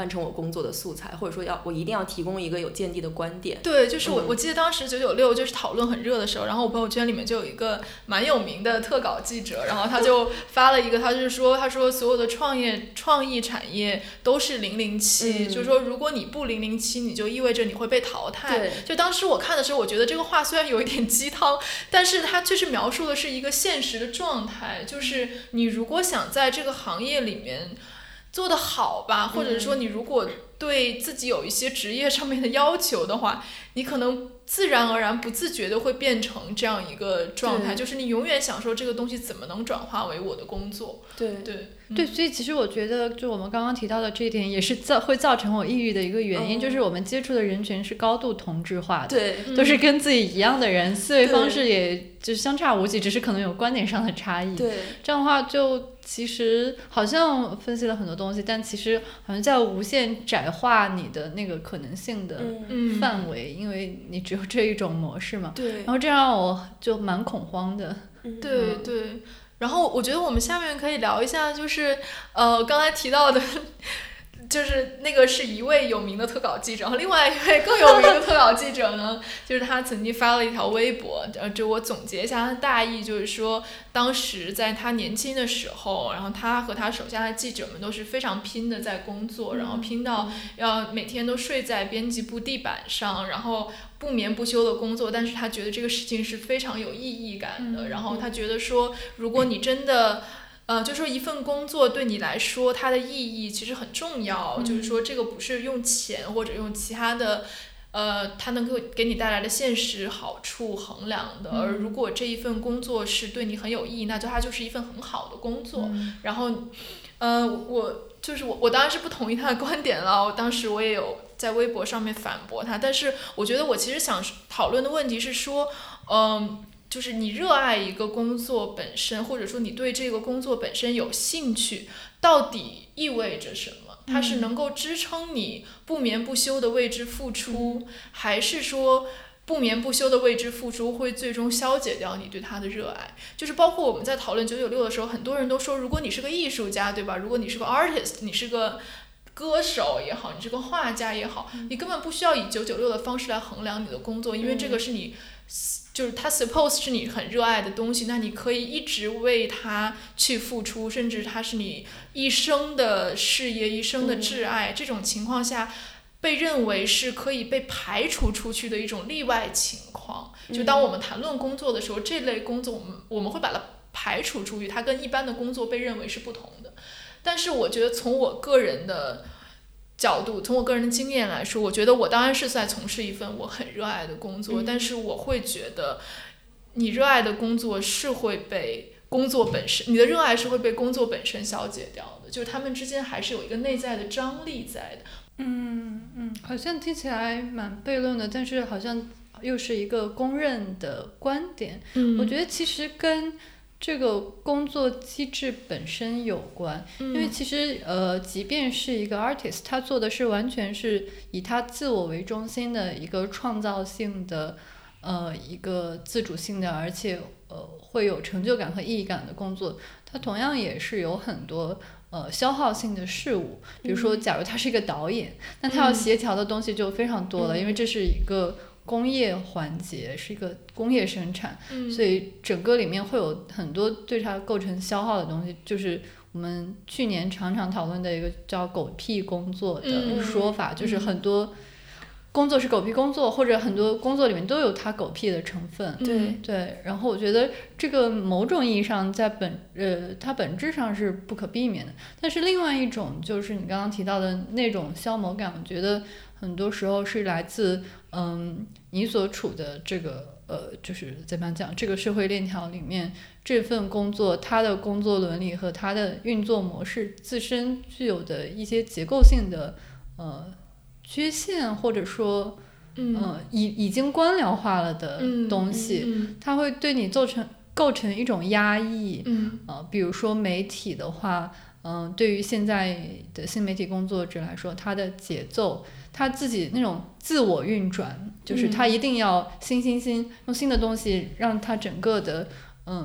工作的素材，或者说要我一定要提供一个有见地的观点。 对，就是我、 嗯、 我记得当时九九六就是讨论很热的时候，然后我朋友圈里面就有一个蛮有名的特稿记者，然后他就发了一个，他就是说他说所有的创业创意产业都是零零七，就是说如果你不零零七，你就意味着你会被淘汰。就当时我看的时候，我觉得这个话虽然有一点鸡汤，但是它确实描述的是一个现实的状态，就是你如果想在这个行业里面做得好吧，或者说你如果对自己有一些职业上面的要求的话，你可能自然而然不自觉的会变成这样一个状态，就是你永远想说这个东西怎么能转化为我的工作。 对对、 嗯、对，所以其实我觉得就我们刚刚提到的这一点也是造会造成我抑郁的一个原因、嗯、就是我们接触的人群是高度同质化的， 对， 都是跟自己一样的人、嗯、思维方式也就相差无几，只是可能有观点上的差异。 对， 这样的话就其实好像分析了很多东西，但其实好像在无限窄化你的那个可能性的范围、嗯、因为你只有这一种模式嘛。 对， 然后这让我就蛮恐慌的。 嗯、对对，然后我觉得我们下面可以聊一下，就是呃刚才提到的就是那个是一位有名的特稿记者，然后另外一位更有名的特稿记者呢，就是他曾经发了一条微博，呃，就我总结一下他的大意，就是说当时在他年轻的时候，然后他和他手下的记者们都是非常拼的在工作，然后拼到要每天都睡在编辑部地板上，然后不眠不休的工作，但是他觉得这个事情是非常有意义感的，然后他觉得说，如果你真的呃，就说一份工作对你来说它的意义其实很重要、嗯、就是说这个不是用钱或者用其他的呃，它能够给你带来的现实好处衡量的、嗯、而如果这一份工作是对你很有意义，那就它就是一份很好的工作、嗯、然后呃，我就是我我当然是不同意他的观点了，我当时我也有在微博上面反驳他，但是我觉得我其实想讨论的问题是说嗯、呃就是你热爱一个工作本身，或者说你对这个工作本身有兴趣，到底意味着什么？它是能够支撑你不眠不休的为之付出、嗯、还是说不眠不休的为之付出会最终消解掉你对它的热爱？就是包括我们在讨论九九六的时候，很多人都说，如果你是个艺术家，对吧？如果你是个 artist， 你是个歌手也好，你是个画家也好，你根本不需要以九九六的方式来衡量你的工作，因为这个是你就是它 suppose 是你很热爱的东西，那你可以一直为它去付出，甚至它是你一生的事业，一生的挚爱、嗯、这种情况下被认为是可以被排除出去的一种例外情况。就当我们谈论工作的时候、嗯、这类工作我们我们会把它排除出去，它跟一般的工作被认为是不同的。但是我觉得从我个人的角度，从我个人的经验来说，我觉得我当然是在从事一份我很热爱的工作、嗯、但是我会觉得你热爱的工作是会被工作本身，你的热爱是会被工作本身消解掉的，就是他们之间还是有一个内在的张力在的。 嗯嗯，好像听起来蛮悖论的，但是好像又是一个公认的观点。嗯，我觉得其实跟这个工作机制本身有关、嗯、因为其实呃，即便是一个 artist， 他做的是完全是以他自我为中心的一个创造性的呃一个自主性的，而且呃会有成就感和意义感的工作，他同样也是有很多呃消耗性的事物。比如说假如他是一个导演、嗯、那他要协调的东西就非常多了、嗯、因为这是一个工业环节，是一个工业生产、嗯、所以整个里面会有很多对它构成消耗的东西，就是我们去年常常讨论的一个叫狗屁工作的说法、嗯、就是很多工作是狗屁工作，或者很多工作里面都有它狗屁的成分。 对对，然后我觉得这个某种意义上在本呃它本质上是不可避免的，但是另外一种就是你刚刚提到的那种消磨感，我觉得很多时候是来自嗯你所处的这个呃就是怎么讲这个社会链条里面，这份工作它的工作伦理和它的运作模式自身具有的一些结构性的呃缺陷，或者说嗯、呃、已已经官僚化了的东西、嗯嗯、它会对你造成构成一种压抑。嗯呃比如说媒体的话，嗯、呃，对于现在的新媒体工作者来说，他的节奏，他自己那种自我运转，就是他一定要新新新用新的东西让他整个的嗯、呃、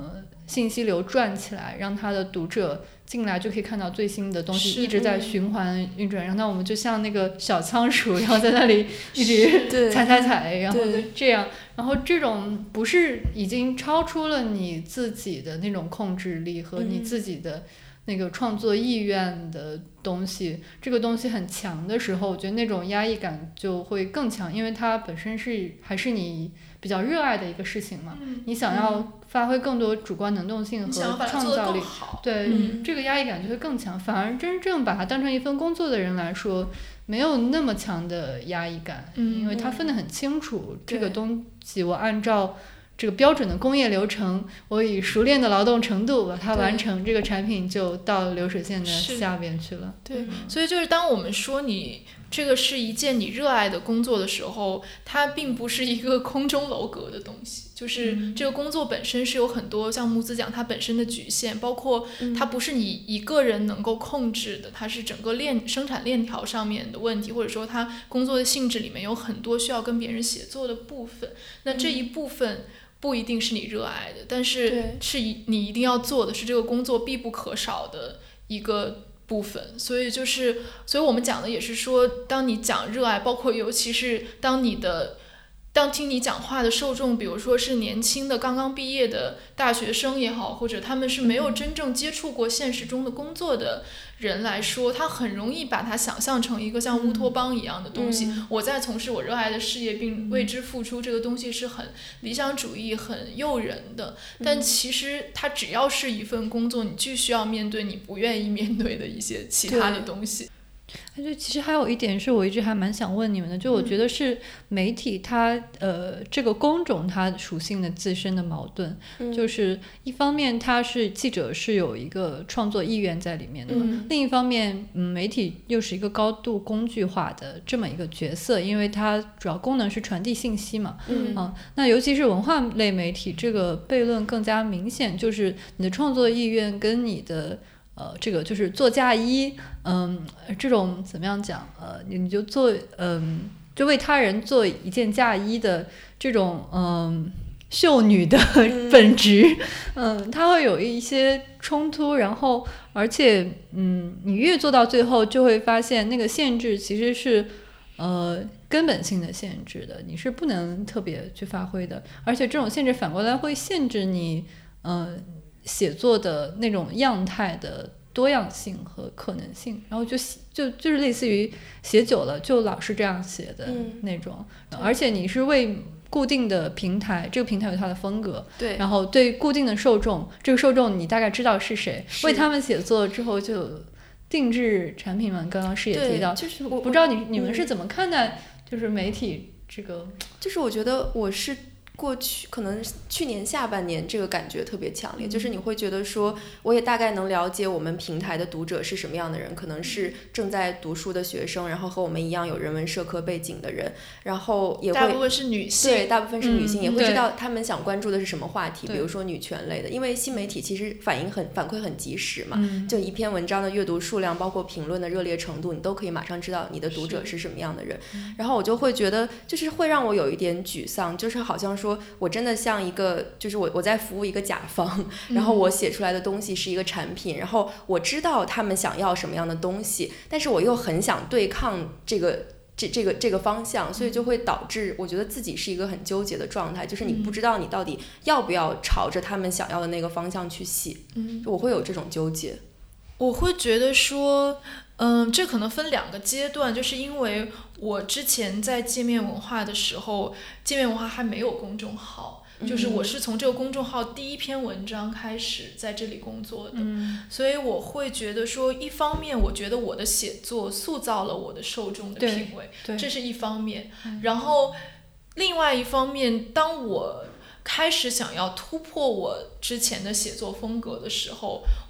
信息流转起来，让他的读者进来就可以看到最新的东西，一直在循环运转。然后我们就像那个小仓鼠，然后在那里一直踩踩踩，然后就这样。然后这种不是已经超出了你自己的那种控制力和你自己的那个创作意愿的东西，嗯、这个东西很强的时候，我觉得那种压抑感就会更强，因为它本身是还是你比较热爱的一个事情嘛， 嗯、 你想要发挥更多主观能动性和创造力，对、嗯，这个压抑感就会更强。反而真正把它当成一份工作的人来说，没有那么强的压抑感， 嗯、 因为它分得很清楚，这个东西我按照这个标准的工业流程，我以熟练的劳动程度把它完成，这个产品就到流水线的下边去了。 对，嗯、所以就是当我们说你这个是一件你热爱的工作的时候，它并不是一个空中楼阁的东西，就是这个工作本身是有很多像木子讲它本身的局限，包括它不是你一个人能够控制的，它是整个链生产链条上面的问题，或者说它工作的性质里面有很多需要跟别人协作的部分，那这一部分不一定是你热爱的，但是是你一定要做的，是这个工作必不可少的一个部分。所以就是所以我们讲的也是说，当你讲热爱，包括尤其是当你的当听你讲话的受众，比如说是年轻的刚刚毕业的大学生也好，或者他们是没有真正接触过现实中的工作的人来说，他很容易把它想象成一个像乌托邦一样的东西、嗯、我在从事我热爱的事业并为之付出，这个东西是很理想主义很诱人的，但其实它只要是一份工作，你就需要面对你不愿意面对的一些其他的东西。 就其实还有一点是我一直还蛮想问你们的，就我觉得是媒体它、嗯、呃这个工种它属性的自身的矛盾、嗯、就是一方面它是记者是有一个创作意愿在里面的、嗯、另一方面、嗯、媒体又是一个高度工具化的这么一个角色，因为它主要功能是传递信息嘛、 嗯啊、那尤其是文化类媒体这个悖论更加明显，就是你的创作意愿跟你的呃，这个就是做嫁衣，嗯，这种怎么样讲？呃，你就做，嗯，就为他人做一件嫁衣的这种，嗯，秀女的本质，嗯，嗯它会有一些冲突，然后，而且，嗯，你越做到最后，就会发现那个限制其实是，呃，根本性的限制的，你是不能特别去发挥的，而且这种限制反过来会限制你，嗯、呃。写作的那种样态的多样性和可能性，然后就就就是类似于写久了就老是这样写的那种、嗯、而且你是为固定的平台，这个平台有它的风格， 对， 然后对固定的受众，这个受众你大概知道是谁，为他们写作之后就定制产品嘛，刚刚是也提到， 就是我不知道你你们是怎么看待就是媒体这个， 就是我觉得我是过去可能去年下半年这个感觉特别强烈、嗯、就是你会觉得说我也大概能了解我们平台的读者是什么样的人，可能是正在读书的学生，然后和我们一样有人文社科背景的人，然后也会大部分是女性， 对，大部分是女性、嗯、也会知道他们想关注的是什么话题，比如说女权类的，因为新媒体其实反应很反馈很及时嘛、嗯、就一篇文章的阅读数量包括评论的热烈程度，你都可以马上知道你的读者是什么样的人，然后我就会觉得就是会让我有一点沮丧，就是好像说我真的像一个就是我我在服务一个甲方，然后我写出来的东西是一个产品、嗯、然后我知道他们想要什么样的东西，但是我又很想对抗这个这这个这个方向，所以就会导致我觉得自己是一个很纠结的状态，就是你不知道你到底要不要朝着他们想要的那个方向去写、嗯、我会有这种纠结。 我会觉得说嗯，这可能分两个阶段，就是因为我之前在界面文化的时候，界面文化还没有公众号，嗯、就是我是从这个公众号第一篇文章开始在这里工作的、嗯、所以我会觉得说一方面我觉得我的写作塑造了我的受众的品味，这是一方面、嗯、然后另外一方面当我开始想要突破我之前的写作风格的时候，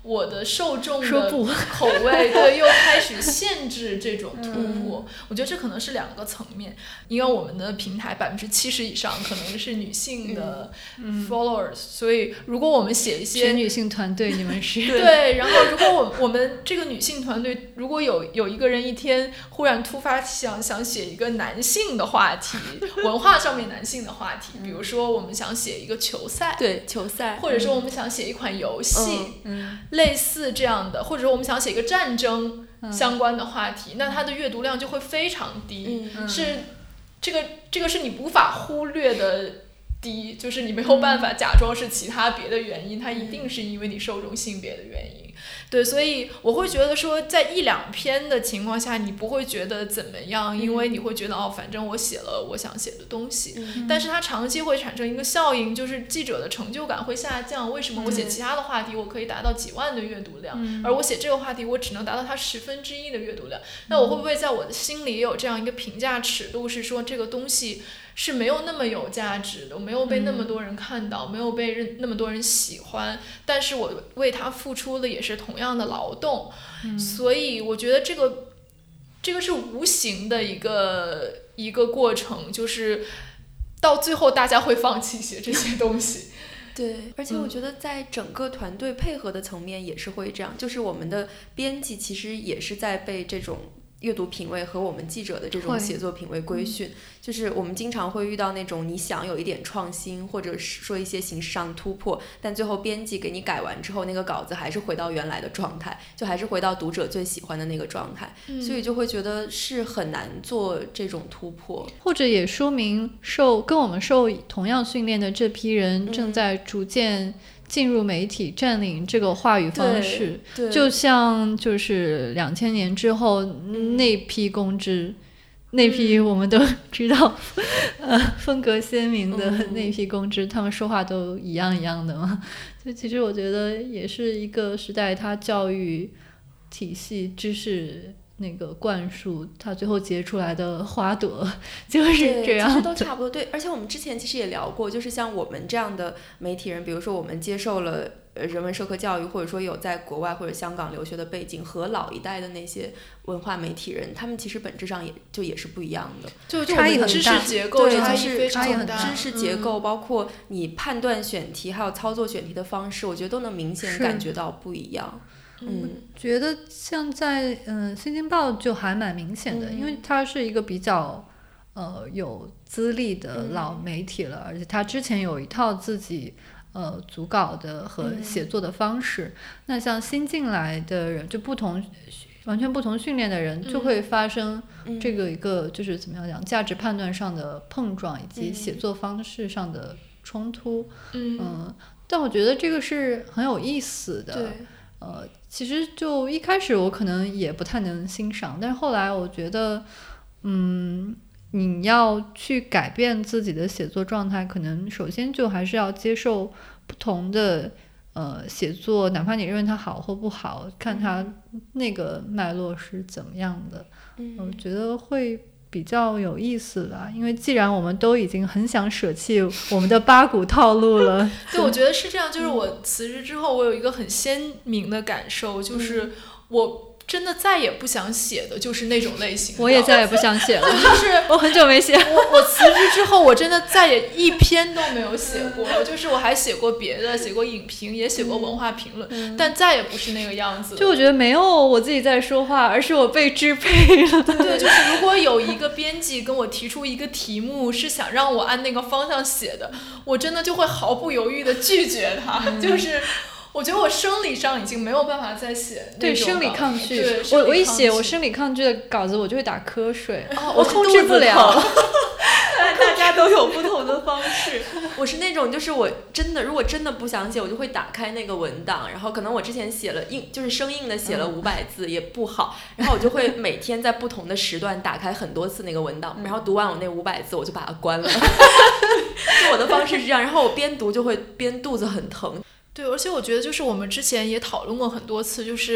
我的受众的口味对又开始限制这种突破、嗯、我觉得这可能是两个层面，因为我们的平台百分之七十以上可能是女性的 followers、嗯、所以如果我们写一些女性团队你们是对，然后如果我我们这个女性团队如果有有一个人一天忽然突发想想写一个男性的话题文化上面男性的话题，比如说我们想写一个球赛， 对球赛， 或者说我们想写一款游戏、嗯嗯类似这样的，或者说我们想写一个战争相关的话题、嗯、那它的阅读量就会非常低、嗯、是这个这个是你无法忽略的低，就是你没有办法假装是其他别的原因、嗯、它一定是因为你受众性别的原因。对，所以我会觉得说在一两篇的情况下你不会觉得怎么样、嗯、因为你会觉得哦，反正我写了我想写的东西、嗯、但是它长期会产生一个效应，就是记者的成就感会下降。为什么我写其他的话题我可以达到几万的阅读量、嗯、而我写这个话题我只能达到它十分之一的阅读量、嗯、那我会不会在我的心里也有这样一个评价尺度，是说这个东西是没有那么有价值的，没有被那么多人看到、嗯、没有被那么多人喜欢，但是我为它付出的也是同样的劳动、嗯、所以我觉得这个这个是无形的一个一个过程，就是到最后大家会放弃写这些东西对，而且我觉得在整个团队配合的层面也是会这样、嗯、就是我们的编辑其实也是在被这种阅读品味和我们记者的这种写作品味规训、嗯、就是我们经常会遇到那种你想有一点创新或者是说一些形式上的突破，但最后编辑给你改完之后那个稿子还是回到原来的状态，就还是回到读者最喜欢的那个状态、嗯、所以就会觉得是很难做这种突破， 或者也说明受跟我们受同样训练的这批人正在逐渐进入媒体占领这个话语方式，就像就是两千年之后那批公知、嗯、那批我们都知道、嗯、呃风格鲜明的那批公知、嗯、他们说话都一样一样的嘛。就其实我觉得也是一个时代，它教育体系知识那个灌输，它最后结出来的花朵就是这样的， 其实都差不多。对，而且我们之前其实也聊过，就是像我们这样的媒体人，比如说我们接受了人文社科教育，或者说有在国外或者香港留学的背景，和老一代的那些文化媒体人，他们其实本质上也就也是不一样的， 就差异很大， 知识结构对， 差异非常常大， 知识结构、嗯、包括你判断选题还有操作选题的方式，我觉得都能明显感觉到不一样。 嗯，我觉得像在嗯《新京报》就还蛮明显的、嗯、因为它是一个比较呃有资历的老媒体了、嗯、而且它之前有一套自己呃组稿的和写作的方式、嗯、那像新进来的人就不同完全不同训练的人、嗯、就会发生这个一个就是怎么样讲价值判断上的碰撞以及写作方式上的冲突。 嗯, 嗯但我觉得这个是很有意思的。 对， 呃，其实就一开始我可能也不太能欣赏，但是后来我觉得嗯，你要去改变自己的写作状态，可能首先就还是要接受不同的呃写作，哪怕你认为它好或不好，看它那个脉络是怎么样的、嗯、我觉得会比较有意思吧。因为既然我们都已经很想舍弃我们的八股套路了对，我觉得是这样，就是我辞职之后我有一个很鲜明的感受，就是我真的再也不想写的就是那种类型。 我也再也不想写了就是我很久没写我我辞职之后我真的再也一篇都没有写过就是我还写过别的，写过影评，也写过文化评论、嗯、但再也不是那个样子了。 就我觉得没有我自己在说话，而是我被支配了。 对，就是如果有一个编辑跟我提出一个题目是想让我按那个方向写的，我真的就会毫不犹豫的拒绝它、嗯、就是我觉得我生理上已经没有办法再写。 对，生理抗拒。 对， 我我一写我生理抗拒的稿子我就会打瞌睡、哦、我控制不了大家都有不同的方式我是那种就是我真的如果真的不想写，我就会打开那个文档，然后可能我之前写了硬就是生硬的写了五百字、嗯、也不好，然后我就会每天在不同的时段打开很多次那个文档、嗯、然后读完我那五百字我就把它关了就我的方式是这样，然后我边读就会边肚子很疼。 对，而且我觉得就是我们之前也讨论过很多次，就是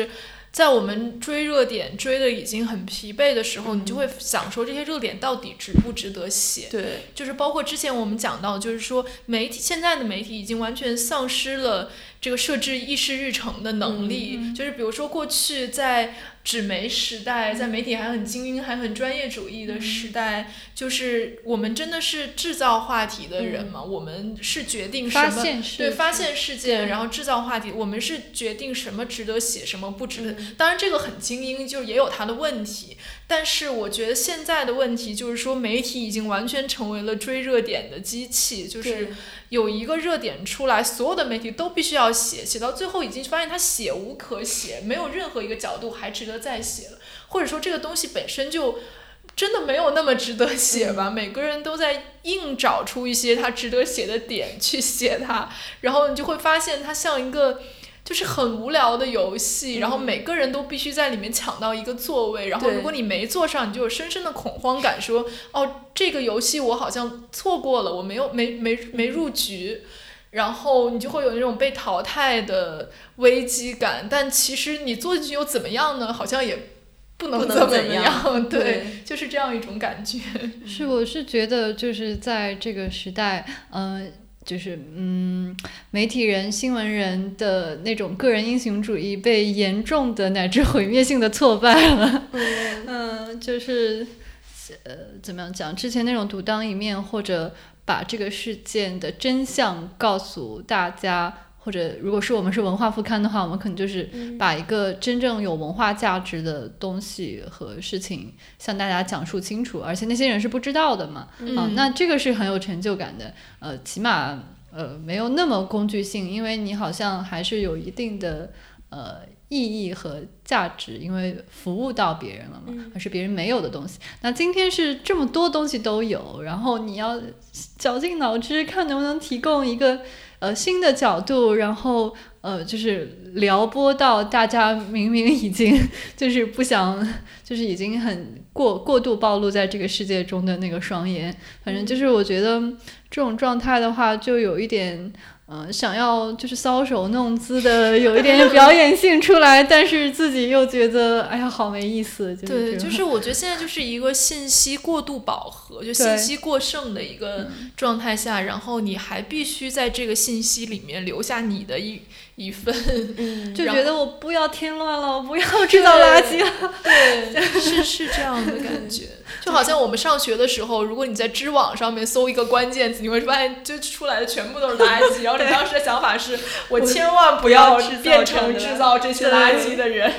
在我们追热点追的已经很疲惫的时候，你就会想说这些热点到底值不值得写。 对， 就是包括之前我们讲到，就是说媒体现在的媒体已经完全丧失了这个设置议事日程的能力。 嗯、 就是比如说过去在纸媒时代，在媒体还很精英还很专业主义的时代，嗯、就是我们真的是制造话题的人嘛，嗯、我们是决定什么发现对发现事件，然后制造话题，我们是决定什么值得写什么不值得。 嗯、 当然这个很精英，就也有它的问题，但是我觉得现在的问题就是说媒体已经完全成为了追热点的机器，就是有一个热点出来，所有的媒体都必须要写，写到最后已经发现它写无可写，没有任何一个角度还值得再写了，或者说这个东西本身就真的没有那么值得写吧、嗯、每个人都在硬找出一些它值得写的点去写它，然后你就会发现它像一个就是很无聊的游戏，然后每个人都必须在里面抢到一个座位，然后如果你没坐上，你就有深深的恐慌感，说哦这个游戏我好像错过了，我没有没没没入局，然后你就会有那种被淘汰的危机感，但其实你坐进去又怎么样呢？好像也不能怎么样，对, 对，就是这样一种感觉。 是，我是觉得就是在这个时代，嗯、呃。就是嗯，媒体人、新闻人的那种个人英雄主义被严重的乃至毁灭性的挫败了。嗯、呃，就是呃，怎么样讲？之前那种独当一面，或者把这个事件的真相告诉大家，或者如果是我们是文化副刊的话，我们可能就是把一个真正有文化价值的东西和事情向大家讲述清楚，而且那些人是不知道的嘛。 嗯、 啊，那这个是很有成就感的。呃，起码呃没有那么工具性，因为你好像还是有一定的呃意义和价值，因为服务到别人了嘛， 嗯、 而是别人没有的东西。那今天是这么多东西都有，然后你要绞尽脑汁看能不能提供一个呃新的角度，然后呃就是撩拨到大家明明已经就是不想，就是已经很过过度暴露在这个世界中的那个双眼。反正就是我觉得这种状态的话，就有一点呃，想要就是搔首弄姿的有一点表演性出来，但是自己又觉得哎呀好没意思。就是、 对，就是我觉得现在就是一个信息过度饱和，就信息过剩的一个状态下，然后你还必须在这个信息里面留下你的一一份， 嗯、就觉得我不要添乱了，我不要制造垃圾了。 对，对是是这样的感觉。就好像我们上学的时候，如果你在知网上面搜一个关键词，你会发现就出来的全部都是垃圾，然后你当时的想法是我千万不要变成制造这些垃圾的人。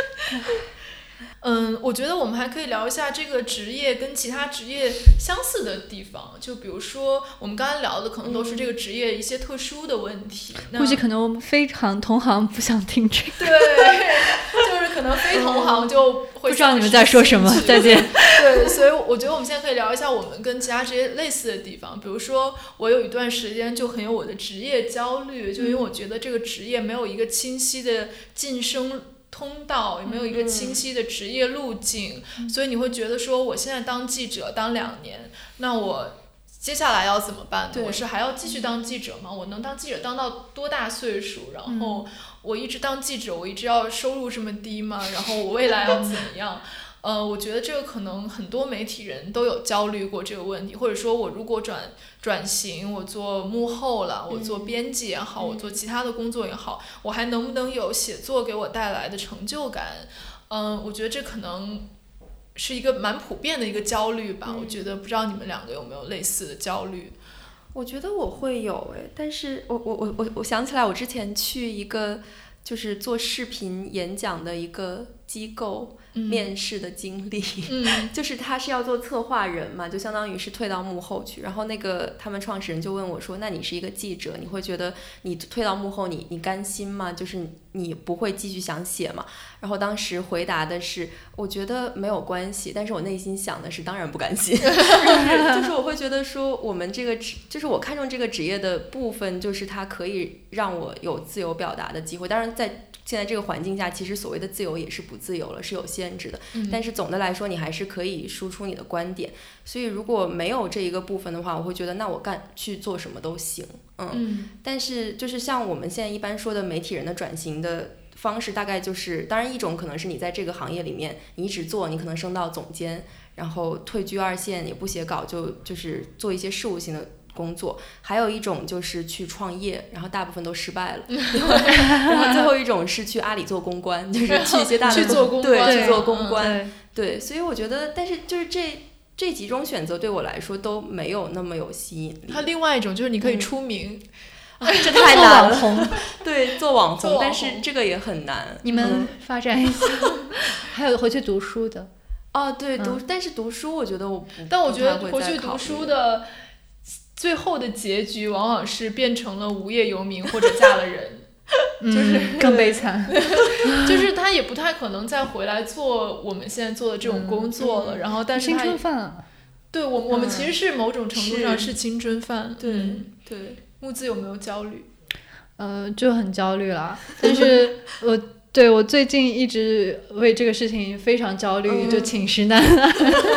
嗯，我觉得我们还可以聊一下这个职业跟其他职业相似的地方，就比如说我们刚才聊的可能都是这个职业一些特殊的问题。 嗯、估计可能我们非常同行不想听这个。 对，就是可能非同行就会、嗯、 不知道你们在说什么。再见。 对，所以我觉得我们现在可以聊一下我们跟其他职业类似的地方。比如说，我有一段时间就很有我的职业焦虑，就因为我觉得这个职业没有一个清晰的晋升通道，也没有一个清晰的职业路径，嗯、所以你会觉得说，我现在当记者当两年，那我接下来要怎么办呢？我是还要继续当记者吗？我能当记者当到多大岁数？然后我一直当记者，我一直要收入这么低吗？然后我未来要怎么样？呃，我觉得这个可能很多媒体人都有焦虑过这个问题，或者说我如果转转型，我做幕后了，我做编辑也好，嗯、我做其他的工作也好，我还能不能有写作给我带来的成就感？嗯、呃，我觉得这可能是一个蛮普遍的一个焦虑吧。嗯、我觉得不知道你们两个有没有类似的焦虑？ 我觉得我会有诶，但是我我我我我想起来，我之前去一个就是做视频演讲的一个机构。面试的经历、嗯、就是他是要做策划人嘛，就相当于是退到幕后去，然后那个他们创始人就问我说，那你是一个记者，你会觉得你退到幕后你你甘心吗？就是你不会继续想写吗？然后当时回答的是我觉得没有关系，但是我内心想的是当然不甘心。就是我会觉得说我们这个就是我看中这个职业的部分，就是它可以让我有自由表达的机会，当然在现在这个环境下，其实所谓的自由也是不自由了，是有限制的、嗯、但是总的来说你还是可以输出你的观点，所以如果没有这一个部分的话，我会觉得那我干去做什么都行。 嗯, 嗯但是就是像我们现在一般说的媒体人的转型的方式大概就是，当然一种可能是你在这个行业里面你一直做，你可能升到总监，然后退居二线，也不写稿，就就是做一些事务性的工作。还有一种就是去创业，然后大部分都失败了。然后最后一种是去阿里做公关，就是去一些大的去做公关， 对，去做公关。 嗯、 对, 对，所以我觉得，但是就是这这几种选择对我来说都没有那么有吸引力。 它另外一种就是你可以出名。嗯啊、这太难了， 做网红对，做网红， 做网红但是这个也很难。 你们发展一下，嗯、还有回去读书的。 哦，对，读， 嗯、 但是读书，我觉得我不， 但我觉得回去读书的最后的结局，往往是变成了无业游民或者嫁了人。就是、 嗯、更悲惨， 就是他也不太可能再回来做我们现在做的这种工作了。嗯、然后，但是青春饭、啊， 对我我们其实是某种程度上是青春饭。 对、 嗯、 对。 木子有没有焦虑？ 呃，就很焦虑啦。但是我对我最近一直为这个事情非常焦虑，嗯、就寝食难安，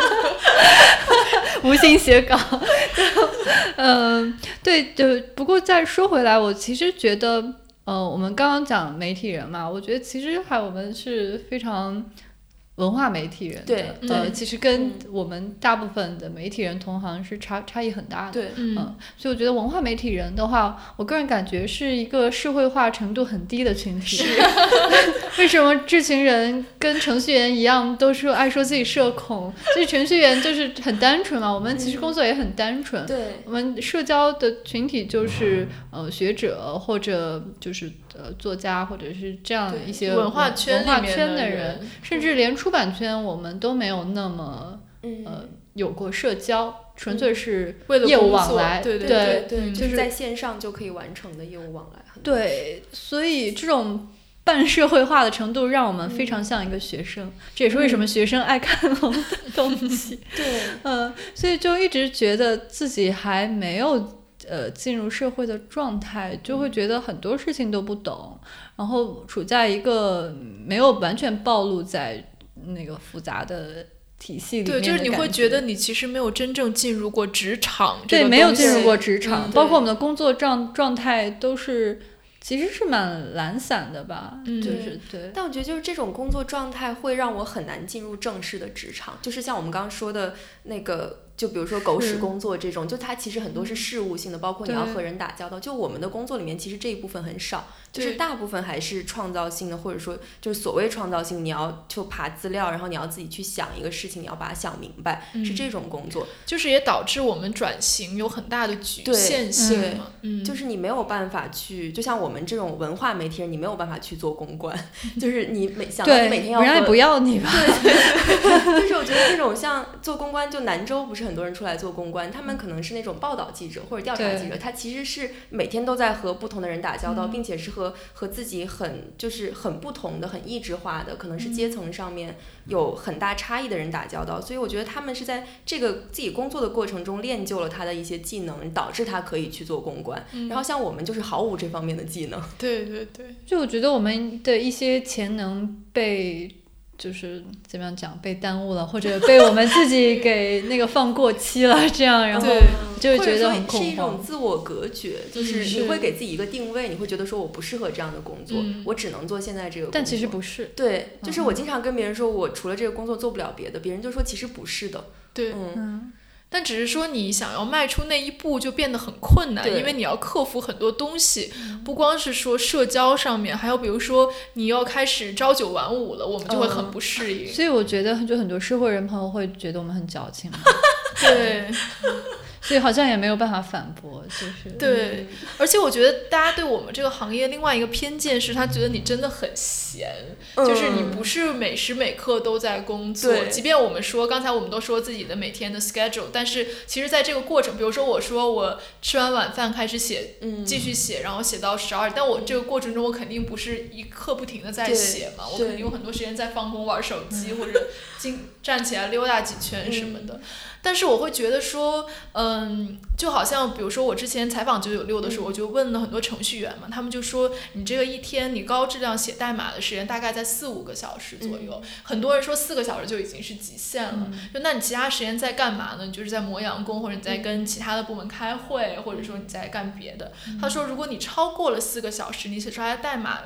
无心写稿。嗯、呃，对，就不过再说回来，我其实觉得，呃，我们刚刚讲媒体人嘛，我觉得其实还我们是非常文化媒体人的， 对， 呃，其实跟我们大部分的媒体人同行是差差异很大的， 对， 嗯、呃，所以我觉得文化媒体人的话，我个人感觉是一个社会化程度很低的群体。为什么这群人跟程序员一样，都是爱说自己社恐？这程序员就是很单纯嘛，我们其实工作也很单纯， 嗯、对， 我们社交的群体就是呃学者或者就是呃作家或者是这样一些文化圈文化圈的人，甚至连出版圈我们都没有那么、 嗯、 呃有过社交，纯粹是业务往来， 对对对, 对, 对就是在线上就可以完成的业务往来。 对，所以这种半社会化的程度让我们非常像一个学生，嗯、这也是为什么学生爱看龙的东西。 对， 嗯、呃，所以就一直觉得自己还没有呃进入社会的状态，就会觉得很多事情都不懂，然后处在一个没有完全暴露在那个复杂的体系里面的感觉。 对，就是你会觉得你其实没有真正进入过职场， 对，没有进入过职场， 嗯、 包括我们的工作状状态都是。其实是蛮懒散的吧， 嗯、 就是对。 但我觉得就是这种工作状态会让我很难进入正式的职场，就是像我们刚刚说的那个，就比如说狗屎工作这种，就它其实很多是事务性的，包括你要和人打交道。就我们的工作里面，其实这一部分很少，就是大部分还是创造性的，或者说就是所谓创造性，你要就爬资料，然后你要自己去想一个事情，你要把它想明白， 嗯、 是这种工作。 就是也导致我们转型有很大的局限性嘛， 嗯，就是你没有办法去，就像我们这种文化媒体人，你没有办法去做公关，就是你每想到你每天要， 人家也不要你吧？ 对对，就是我觉得这种像做公关，就兰州不是很多人出来做公关，他们可能是那种报道记者或者调查记者，他其实是每天都在和不同的人打交道，嗯、并且是和和自己很就是很不同的、很异质化的，可能是阶层上面有很大差异的人打交道，所以我觉得他们是在这个自己工作的过程中练就了他的一些技能，导致他可以去做公关。嗯、然后像我们就是毫无这方面的技能。 对对对， 就我觉得我们的一些潜能被就是怎么样讲被耽误了，或者被我们自己给那个放过期了，这样然后就会觉得很恐慌。 是一种自我隔绝，就是你会给自己一个定位，你会觉得说我不适合这样的工作，嗯、我只能做现在这个工作。 但其实不是。 对，就是我经常跟别人说我除了这个工作做不了别的，别人就说其实不是的。 对， 嗯。 嗯但只是说你想要迈出那一步就变得很困难，因为你要克服很多东西，不光是说社交上面，还有比如说你要开始朝九晚五了，我们就会很不适应。 嗯、所以我觉得就很多社会人朋友会觉得我们很矫情。 对。 所以好像也没有办法反驳，就是对、嗯，而且我觉得大家对我们这个行业另外一个偏见是，他觉得你真的很闲、嗯，就是你不是每时每刻都在工作。即便我们说刚才我们都说自己的每天的 schedule， 但是其实在这个过程，比如说我说我吃完晚饭开始写，嗯、继续写，然后写到十二，但我这个过程中我肯定不是一刻不停的在写嘛，我肯定有很多时间在放空玩手机、嗯、或者进站起来溜达几圈什么的。嗯，但是我会觉得说，嗯，就好像比如说我之前采访九九六的时候，我就问了很多程序员嘛，他们就说你这个一天你高质量写代码的时间大概在四五个小时左右，嗯、很多人说四个小时就已经是极限了。嗯、就那你其他时间在干嘛呢？你就是在磨洋工，或者你在跟其他的部门开会，或者说你在干别的。嗯、他说如果你超过了四个小时，你写出来的代码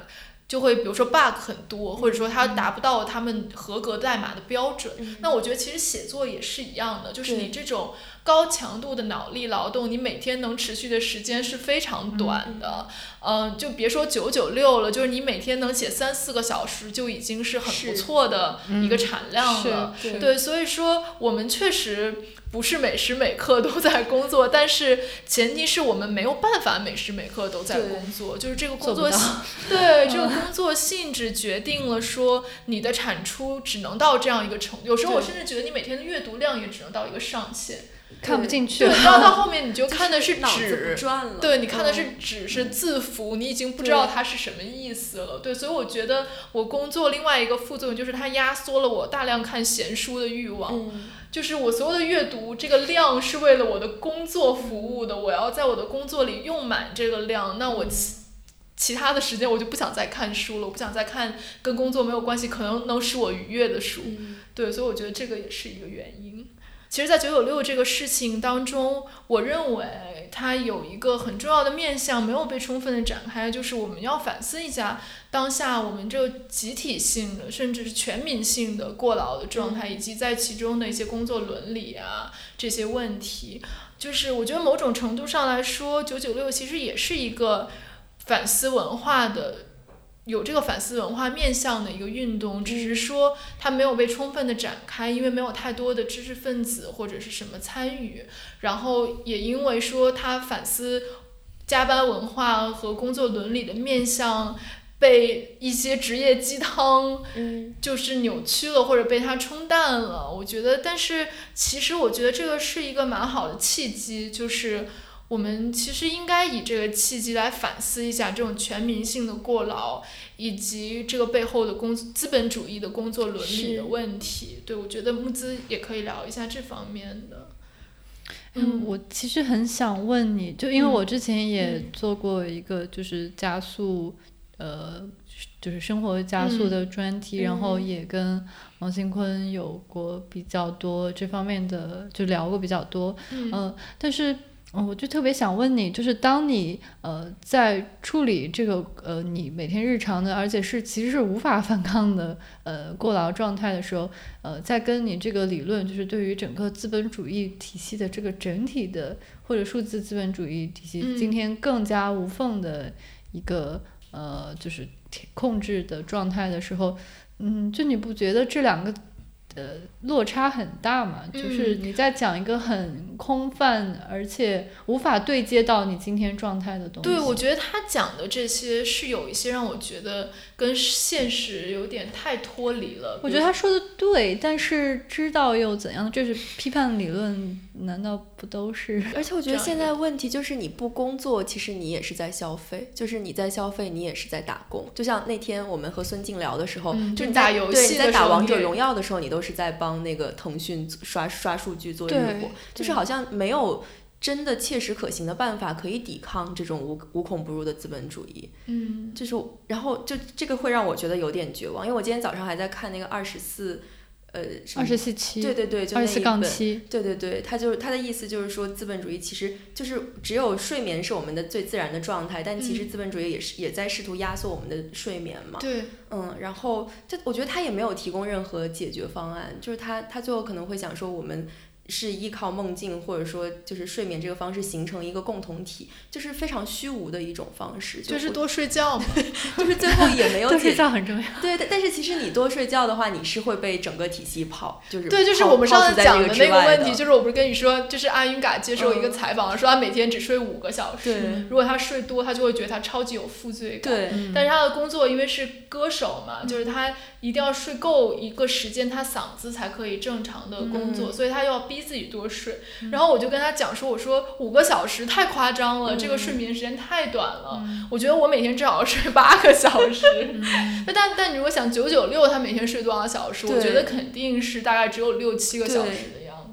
就会比如说 bug 很多，或者说它达不到他们合格代码的标准。 嗯、 那我觉得其实写作也是一样的，就是你这种高强度的脑力劳动，你每天能持续的时间是非常短的。嗯、呃，就别说九九六了，就是你每天能写三四个小时就已经是很不错的一个产量了。 嗯、 对，所以说我们确实不是每时每刻都在工作，但是前提是我们没有办法每时每刻都在工作，就是这个工作性，对这个工作性质决定了说你的产出只能到这样一个程度。有时候我甚至觉得你每天的阅读量也只能到一个上限。 看不进去了，对，到到后面你就看的是纸， 了对，你看的是纸、嗯、是字符，你已经不知道它是什么意思了。对，所以我觉得我工作另外一个副作用就是它压缩了我大量看闲书的欲望。 嗯， 就是我所有的阅读这个量是为了我的工作服务的，我要在我的工作里用满这个量，那我其其他的时间我就不想再看书了，我不想再看跟工作没有关系可能能使我愉悦的书。 嗯， 对，所以我觉得这个也是一个原因。其实在九九六这个事情当中，我认为它有一个很重要的面向没有被充分的展开，就是我们要反思一下当下我们这个集体性的甚至是全民性的过劳的状态，以及在其中的一些工作伦理啊这些问题。就是我觉得某种程度上来说，九九六其实也是一个反思文化的有这个反思文化面向的一个运动，只是说它没有被充分的展开，因为没有太多的知识分子或者是什么参与，然后也因为说它反思加班文化和工作伦理的面向被一些职业鸡汤就是扭曲了或者被它冲淡了。我觉得但是其实我觉得这个是一个蛮好的契机，就是我们其实应该以这个契机来反思一下这种全民性的过劳，以及这个背后的工资本主义的工作伦理的问题。对，我觉得慕姿也可以聊一下这方面的。 嗯，我其实很想问你，就因为我之前也做过一个就是加速，嗯、呃，就是生活加速的专题，嗯、然后也跟王新坤有过比较多这方面的，就聊过比较多，嗯，呃、但是。嗯，我就特别想问你，就是当你呃在处理这个呃你每天日常的，而且是其实是无法反抗的呃过劳状态的时候，呃，在跟你这个理论，就是对于整个资本主义体系的这个整体的或者数字资本主义体系，今天更加无缝的一个呃就是控制的状态的时候，嗯，就你不觉得这两个？呃，落差很大嘛，就是你在讲一个很空泛而且无法对接到你今天状态的东西。 对，我觉得他讲的这些是有一些让我觉得跟现实有点太脱离了。 我觉得他说的对，但是知道又怎样？这是批判理论，难道不都是？ 而且我觉得现在问题就是你不工作，其实你也是在消费，就是你在消费，你也是在打工。就像那天我们和孙静聊的时候， 嗯、 就你打游戏的时候， 对，你在打王者荣耀的时候，你都是在帮那个腾讯刷刷数据做日活，就是好像没有真的切实可行的办法可以抵抗这种无无孔不入的资本主义。 嗯， 就是然后就这个会让我觉得有点绝望，因为我今天早上还在看那个二十四。呃， 二十四期， 对对对，就二十四杠七， 对对对，他就是他的意思就是说，资本主义其实就是只有睡眠是我们的最自然的状态，但其实资本主义也是、嗯、也在试图压缩我们的睡眠嘛。 对， 嗯，然后这我觉得他也没有提供任何解决方案，就是他他最后可能会想说我们。是依靠梦境或者说就是睡眠这个方式形成一个共同体，就是非常虚无的一种方式， 就, 就是多睡觉嘛， 就是最后也没有多睡觉很重要。 对，但是其实你多睡觉的话，你是会被整个体系跑，就是对，就是我们上次讲的那个问题，就是我不是跟你说，就是阿云嘎接受一个采访、嗯、说他每天只睡五个小时， 对， 如果他睡多，他就会觉得他超级有负罪感。 对， 但是他的工作因为是歌手嘛，嗯、就是他一定要睡够一个时间，他嗓子才可以正常的工作，嗯、所以他要逼自己多睡。然后我就跟他讲说，我说五个小时太夸张了、嗯、这个睡眠时间太短了、嗯、我觉得我每天至少要睡八个小时、嗯、但但你如果想九九六他每天睡多少小时，我觉得肯定是大概只有六七个小时的样子。对,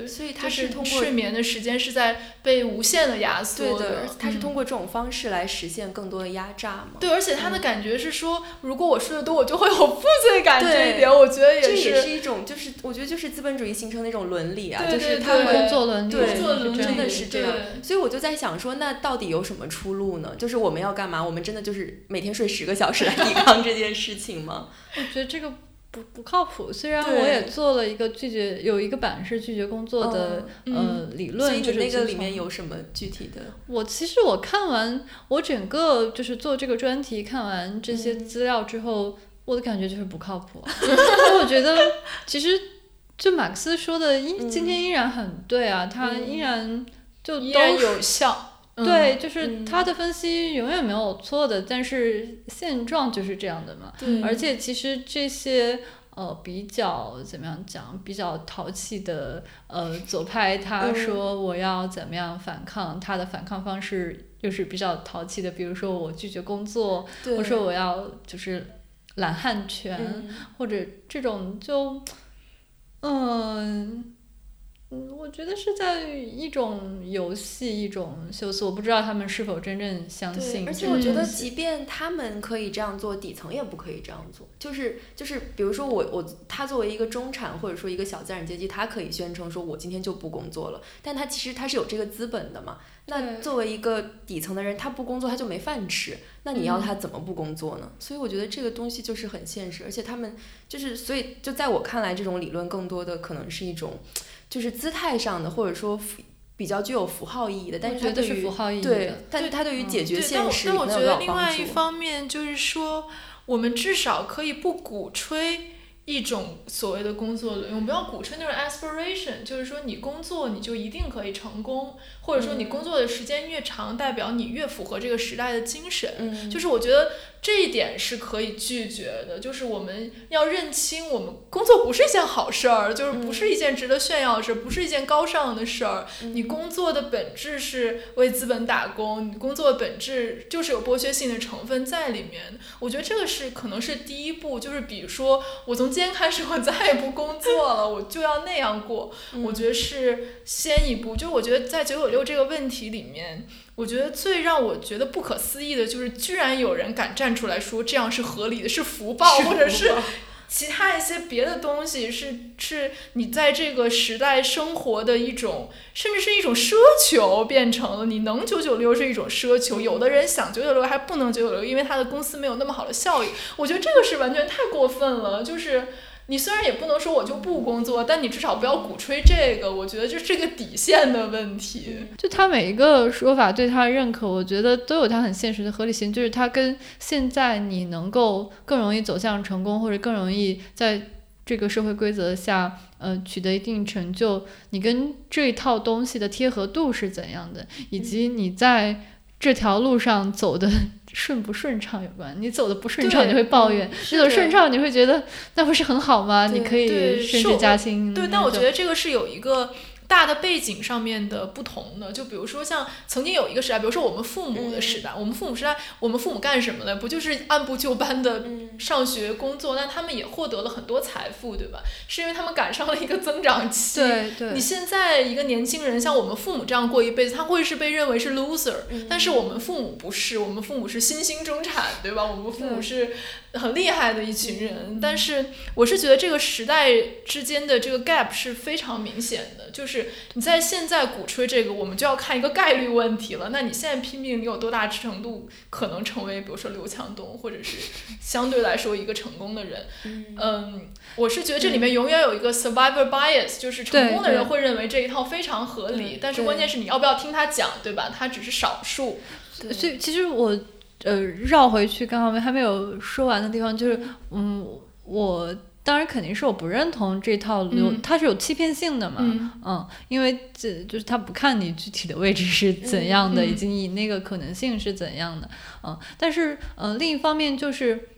对， 所以它是通过睡眠的时间是在被无限的压缩的，对的， 它是通过这种方式来实现更多的压榨嘛。 对，而且他的感觉是说，嗯、如果我睡得多，我就会有负罪感，这一点我觉得也是， 这也是一种，就是我觉得就是资本主义形成的一种伦理啊， 对对对， 就是他们工作伦理， 对， 工作伦理真的是这样。所以我就在想说，那到底有什么出路呢？就是我们要干嘛？我们真的就是每天睡十个小时来抵抗这件事情吗？ 我觉得这个不不靠谱。虽然我也做了一个拒绝，有一个版是拒绝工作的、 嗯、 呃理论。 所以你那个里面有什么具体的？ 我其实我看完我整个就是做这个专题，看完这些资料之后，嗯、我的感觉就是不靠谱。我觉得其实就马克思说的，依今天依然很对啊，他依然就都依然有效。 对，就是他的分析永远没有错的，嗯、但是现状就是这样的嘛。 对， 而且其实这些呃比较怎么样讲，比较淘气的呃左派，他说我要怎么样反抗，嗯、他的反抗方式又是比较淘气的，比如说我拒绝工作，我说我要就是懒汉权，嗯、或者这种就嗯。嗯，我觉得是在一种游戏，一种修辞，我不知道他们是否真正相信。 而且我觉得，即便他们可以这样做，底层也不可以这样做。就是就是，比如说我我他作为一个中产或者说一个小资产阶级，他可以宣称说我今天就不工作了，但他其实他是有这个资本的嘛。那作为一个底层的人，他不工作他就没饭吃，那你要他怎么不工作呢？嗯、所以我觉得这个东西就是很现实，而且他们就是所以就在我看来，这种理论更多的可能是一种。就是姿态上的，或者说比较具有符号意义的，但是它对于符号意义对，但是它对于解决现实没有多少帮助。但我觉得另外一方面面就是说，我们至少可以不鼓吹一种所谓的工作论，我们不要鼓吹那种 aspiration， 就是说你工作你就一定可以成功，或者说你工作的时间越长，代表你越符合这个时代的精神。 嗯、 就是我觉得这一点是可以拒绝的，就是我们要认清，我们工作不是一件好事儿，就是不是一件值得炫耀的事，不是一件高尚的事儿。 嗯、 你工作的本质是为资本打工，你工作的本质就是有剥削性的成分在里面。我觉得这个是可能是第一步，就是比如说我从今天开始我再也不工作了，我就要那样过。 嗯、 我觉得是先一步，就我觉得在九九六这个问题里面。我觉得最让我觉得不可思议的就是，居然有人敢站出来说这样是合理的，是福报，或者是其他一些别的东西，是是你在这个时代生活的一种，甚至是一种奢求，变成了你能九九六是一种奢求。有的人想九九六还不能九九六，因为他的公司没有那么好的效益。我觉得这个是完全太过分了，就是。你虽然也不能说我就不工作，但你至少不要鼓吹这个，我觉得这是个底线的问题。 就他每一个说法对他的认可，我觉得都有他很现实的合理性，就是他跟现在你能够更容易走向成功，或者更容易在这个社会规则下呃取得一定成就，你跟这一套东西的贴合度是怎样的，以及你在这条路上走的顺不顺畅有关。你走的不顺畅你会抱怨，你走顺畅你会觉得那不是很好吗？你可以升职加薪。 对，但我觉得这个是有一个大的背景上面的不同的。就比如说像曾经有一个时代，比如说我们父母的时代、嗯、我们父母时代我们父母干什么呢？不就是按部就班的上学工作，但他们也获得了很多财富，对吧？是因为他们赶上了一个增长期。 对对。 你现在一个年轻人像我们父母这样过一辈子，他会是被认为是 loser、嗯、但是我们父母不是，我们父母是新兴中产，对吧？我们父母是很厉害的一群人。但是我是觉得这个时代之间的这个 gap 是非常明显的，就是你在现在鼓吹这个，我们就要看一个概率问题了。那你现在拼命，你有多大程度可能成为比如说刘强东，或者是相对来说一个成功的人？嗯，我是觉得这里面永远有一个 survivor bias， 就是成功的人会认为这一套非常合理，但是关键是你要不要听他讲，对吧？他只是少数。 所以其实我呃绕回去刚刚还没有说完的地方，就是嗯我。当然肯定是我不认同这套流、嗯、它是有欺骗性的嘛。 嗯, 嗯因为这就是他不看你具体的位置是怎样的、嗯、以及你那个可能性是怎样的。嗯但是呃另一方面就是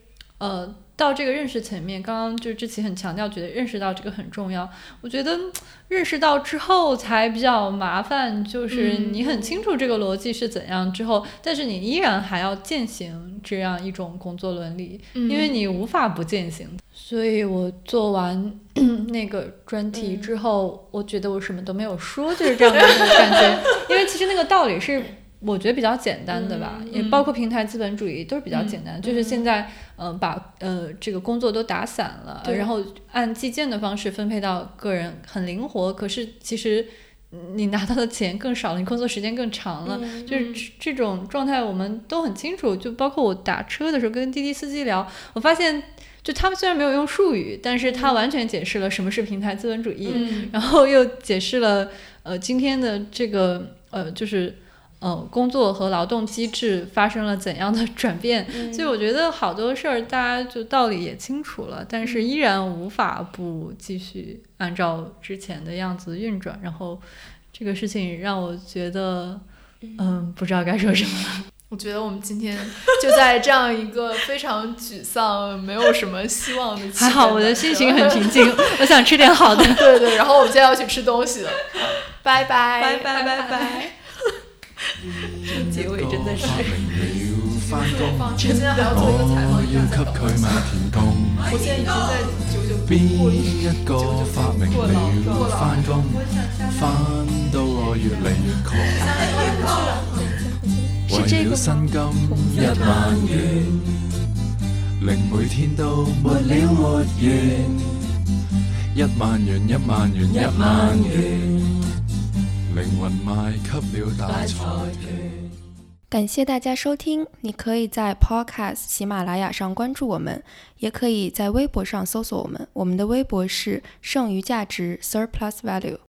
呃，到这个认识层面，刚刚就志奇很强调，觉得认识到这个很重要。我觉得认识到之后才比较麻烦，就是你很清楚这个逻辑是怎样之后，嗯、但是你依然还要践行这样一种工作伦理，嗯、因为你无法不践行。所以我做完那个专题之后，嗯、我觉得我什么都没有说，就是这样的一个感觉。因为其实那个道理是我觉得比较简单的吧，嗯、也包括平台资本主义都是比较简单，嗯、就是现在呃把呃这个工作都打散了，然后按计件的方式分配到个人，很灵活，可是其实你拿到的钱更少了，你工作时间更长了，嗯、就是这种状态我们都很清楚。就包括我打车的时候跟滴滴司机聊，我发现就他们虽然没有用术语，但是他完全解释了什么是平台资本主义，嗯、然后又解释了呃今天的这个呃就是呃工作和劳动机制发生了怎样的转变，嗯、所以我觉得好多事儿大家就道理也清楚了，但是依然无法不继续按照之前的样子运转，然后这个事情让我觉得嗯、呃、不知道该说什么了。 我觉得我们今天就在这样一个非常沮丧没有什么希望的气氛，还好我的心情很平静我想吃点好的对对，然后我们现在要去吃东西了拜拜拜拜拜拜这结尾真的是我现在还要做一个采访，我现在已经在九九过一個發明了返工，返到我越嚟越窮，為了薪金一萬元，令每天都沒了沒完，一萬元一萬元一萬元，靈魂賣給了大財團。 感謝大家收聽，你可以在 Podcast 喜馬拉雅上關注我們，也可以在微博上搜索我們，我們的微博是剩餘價值 Surplus Value。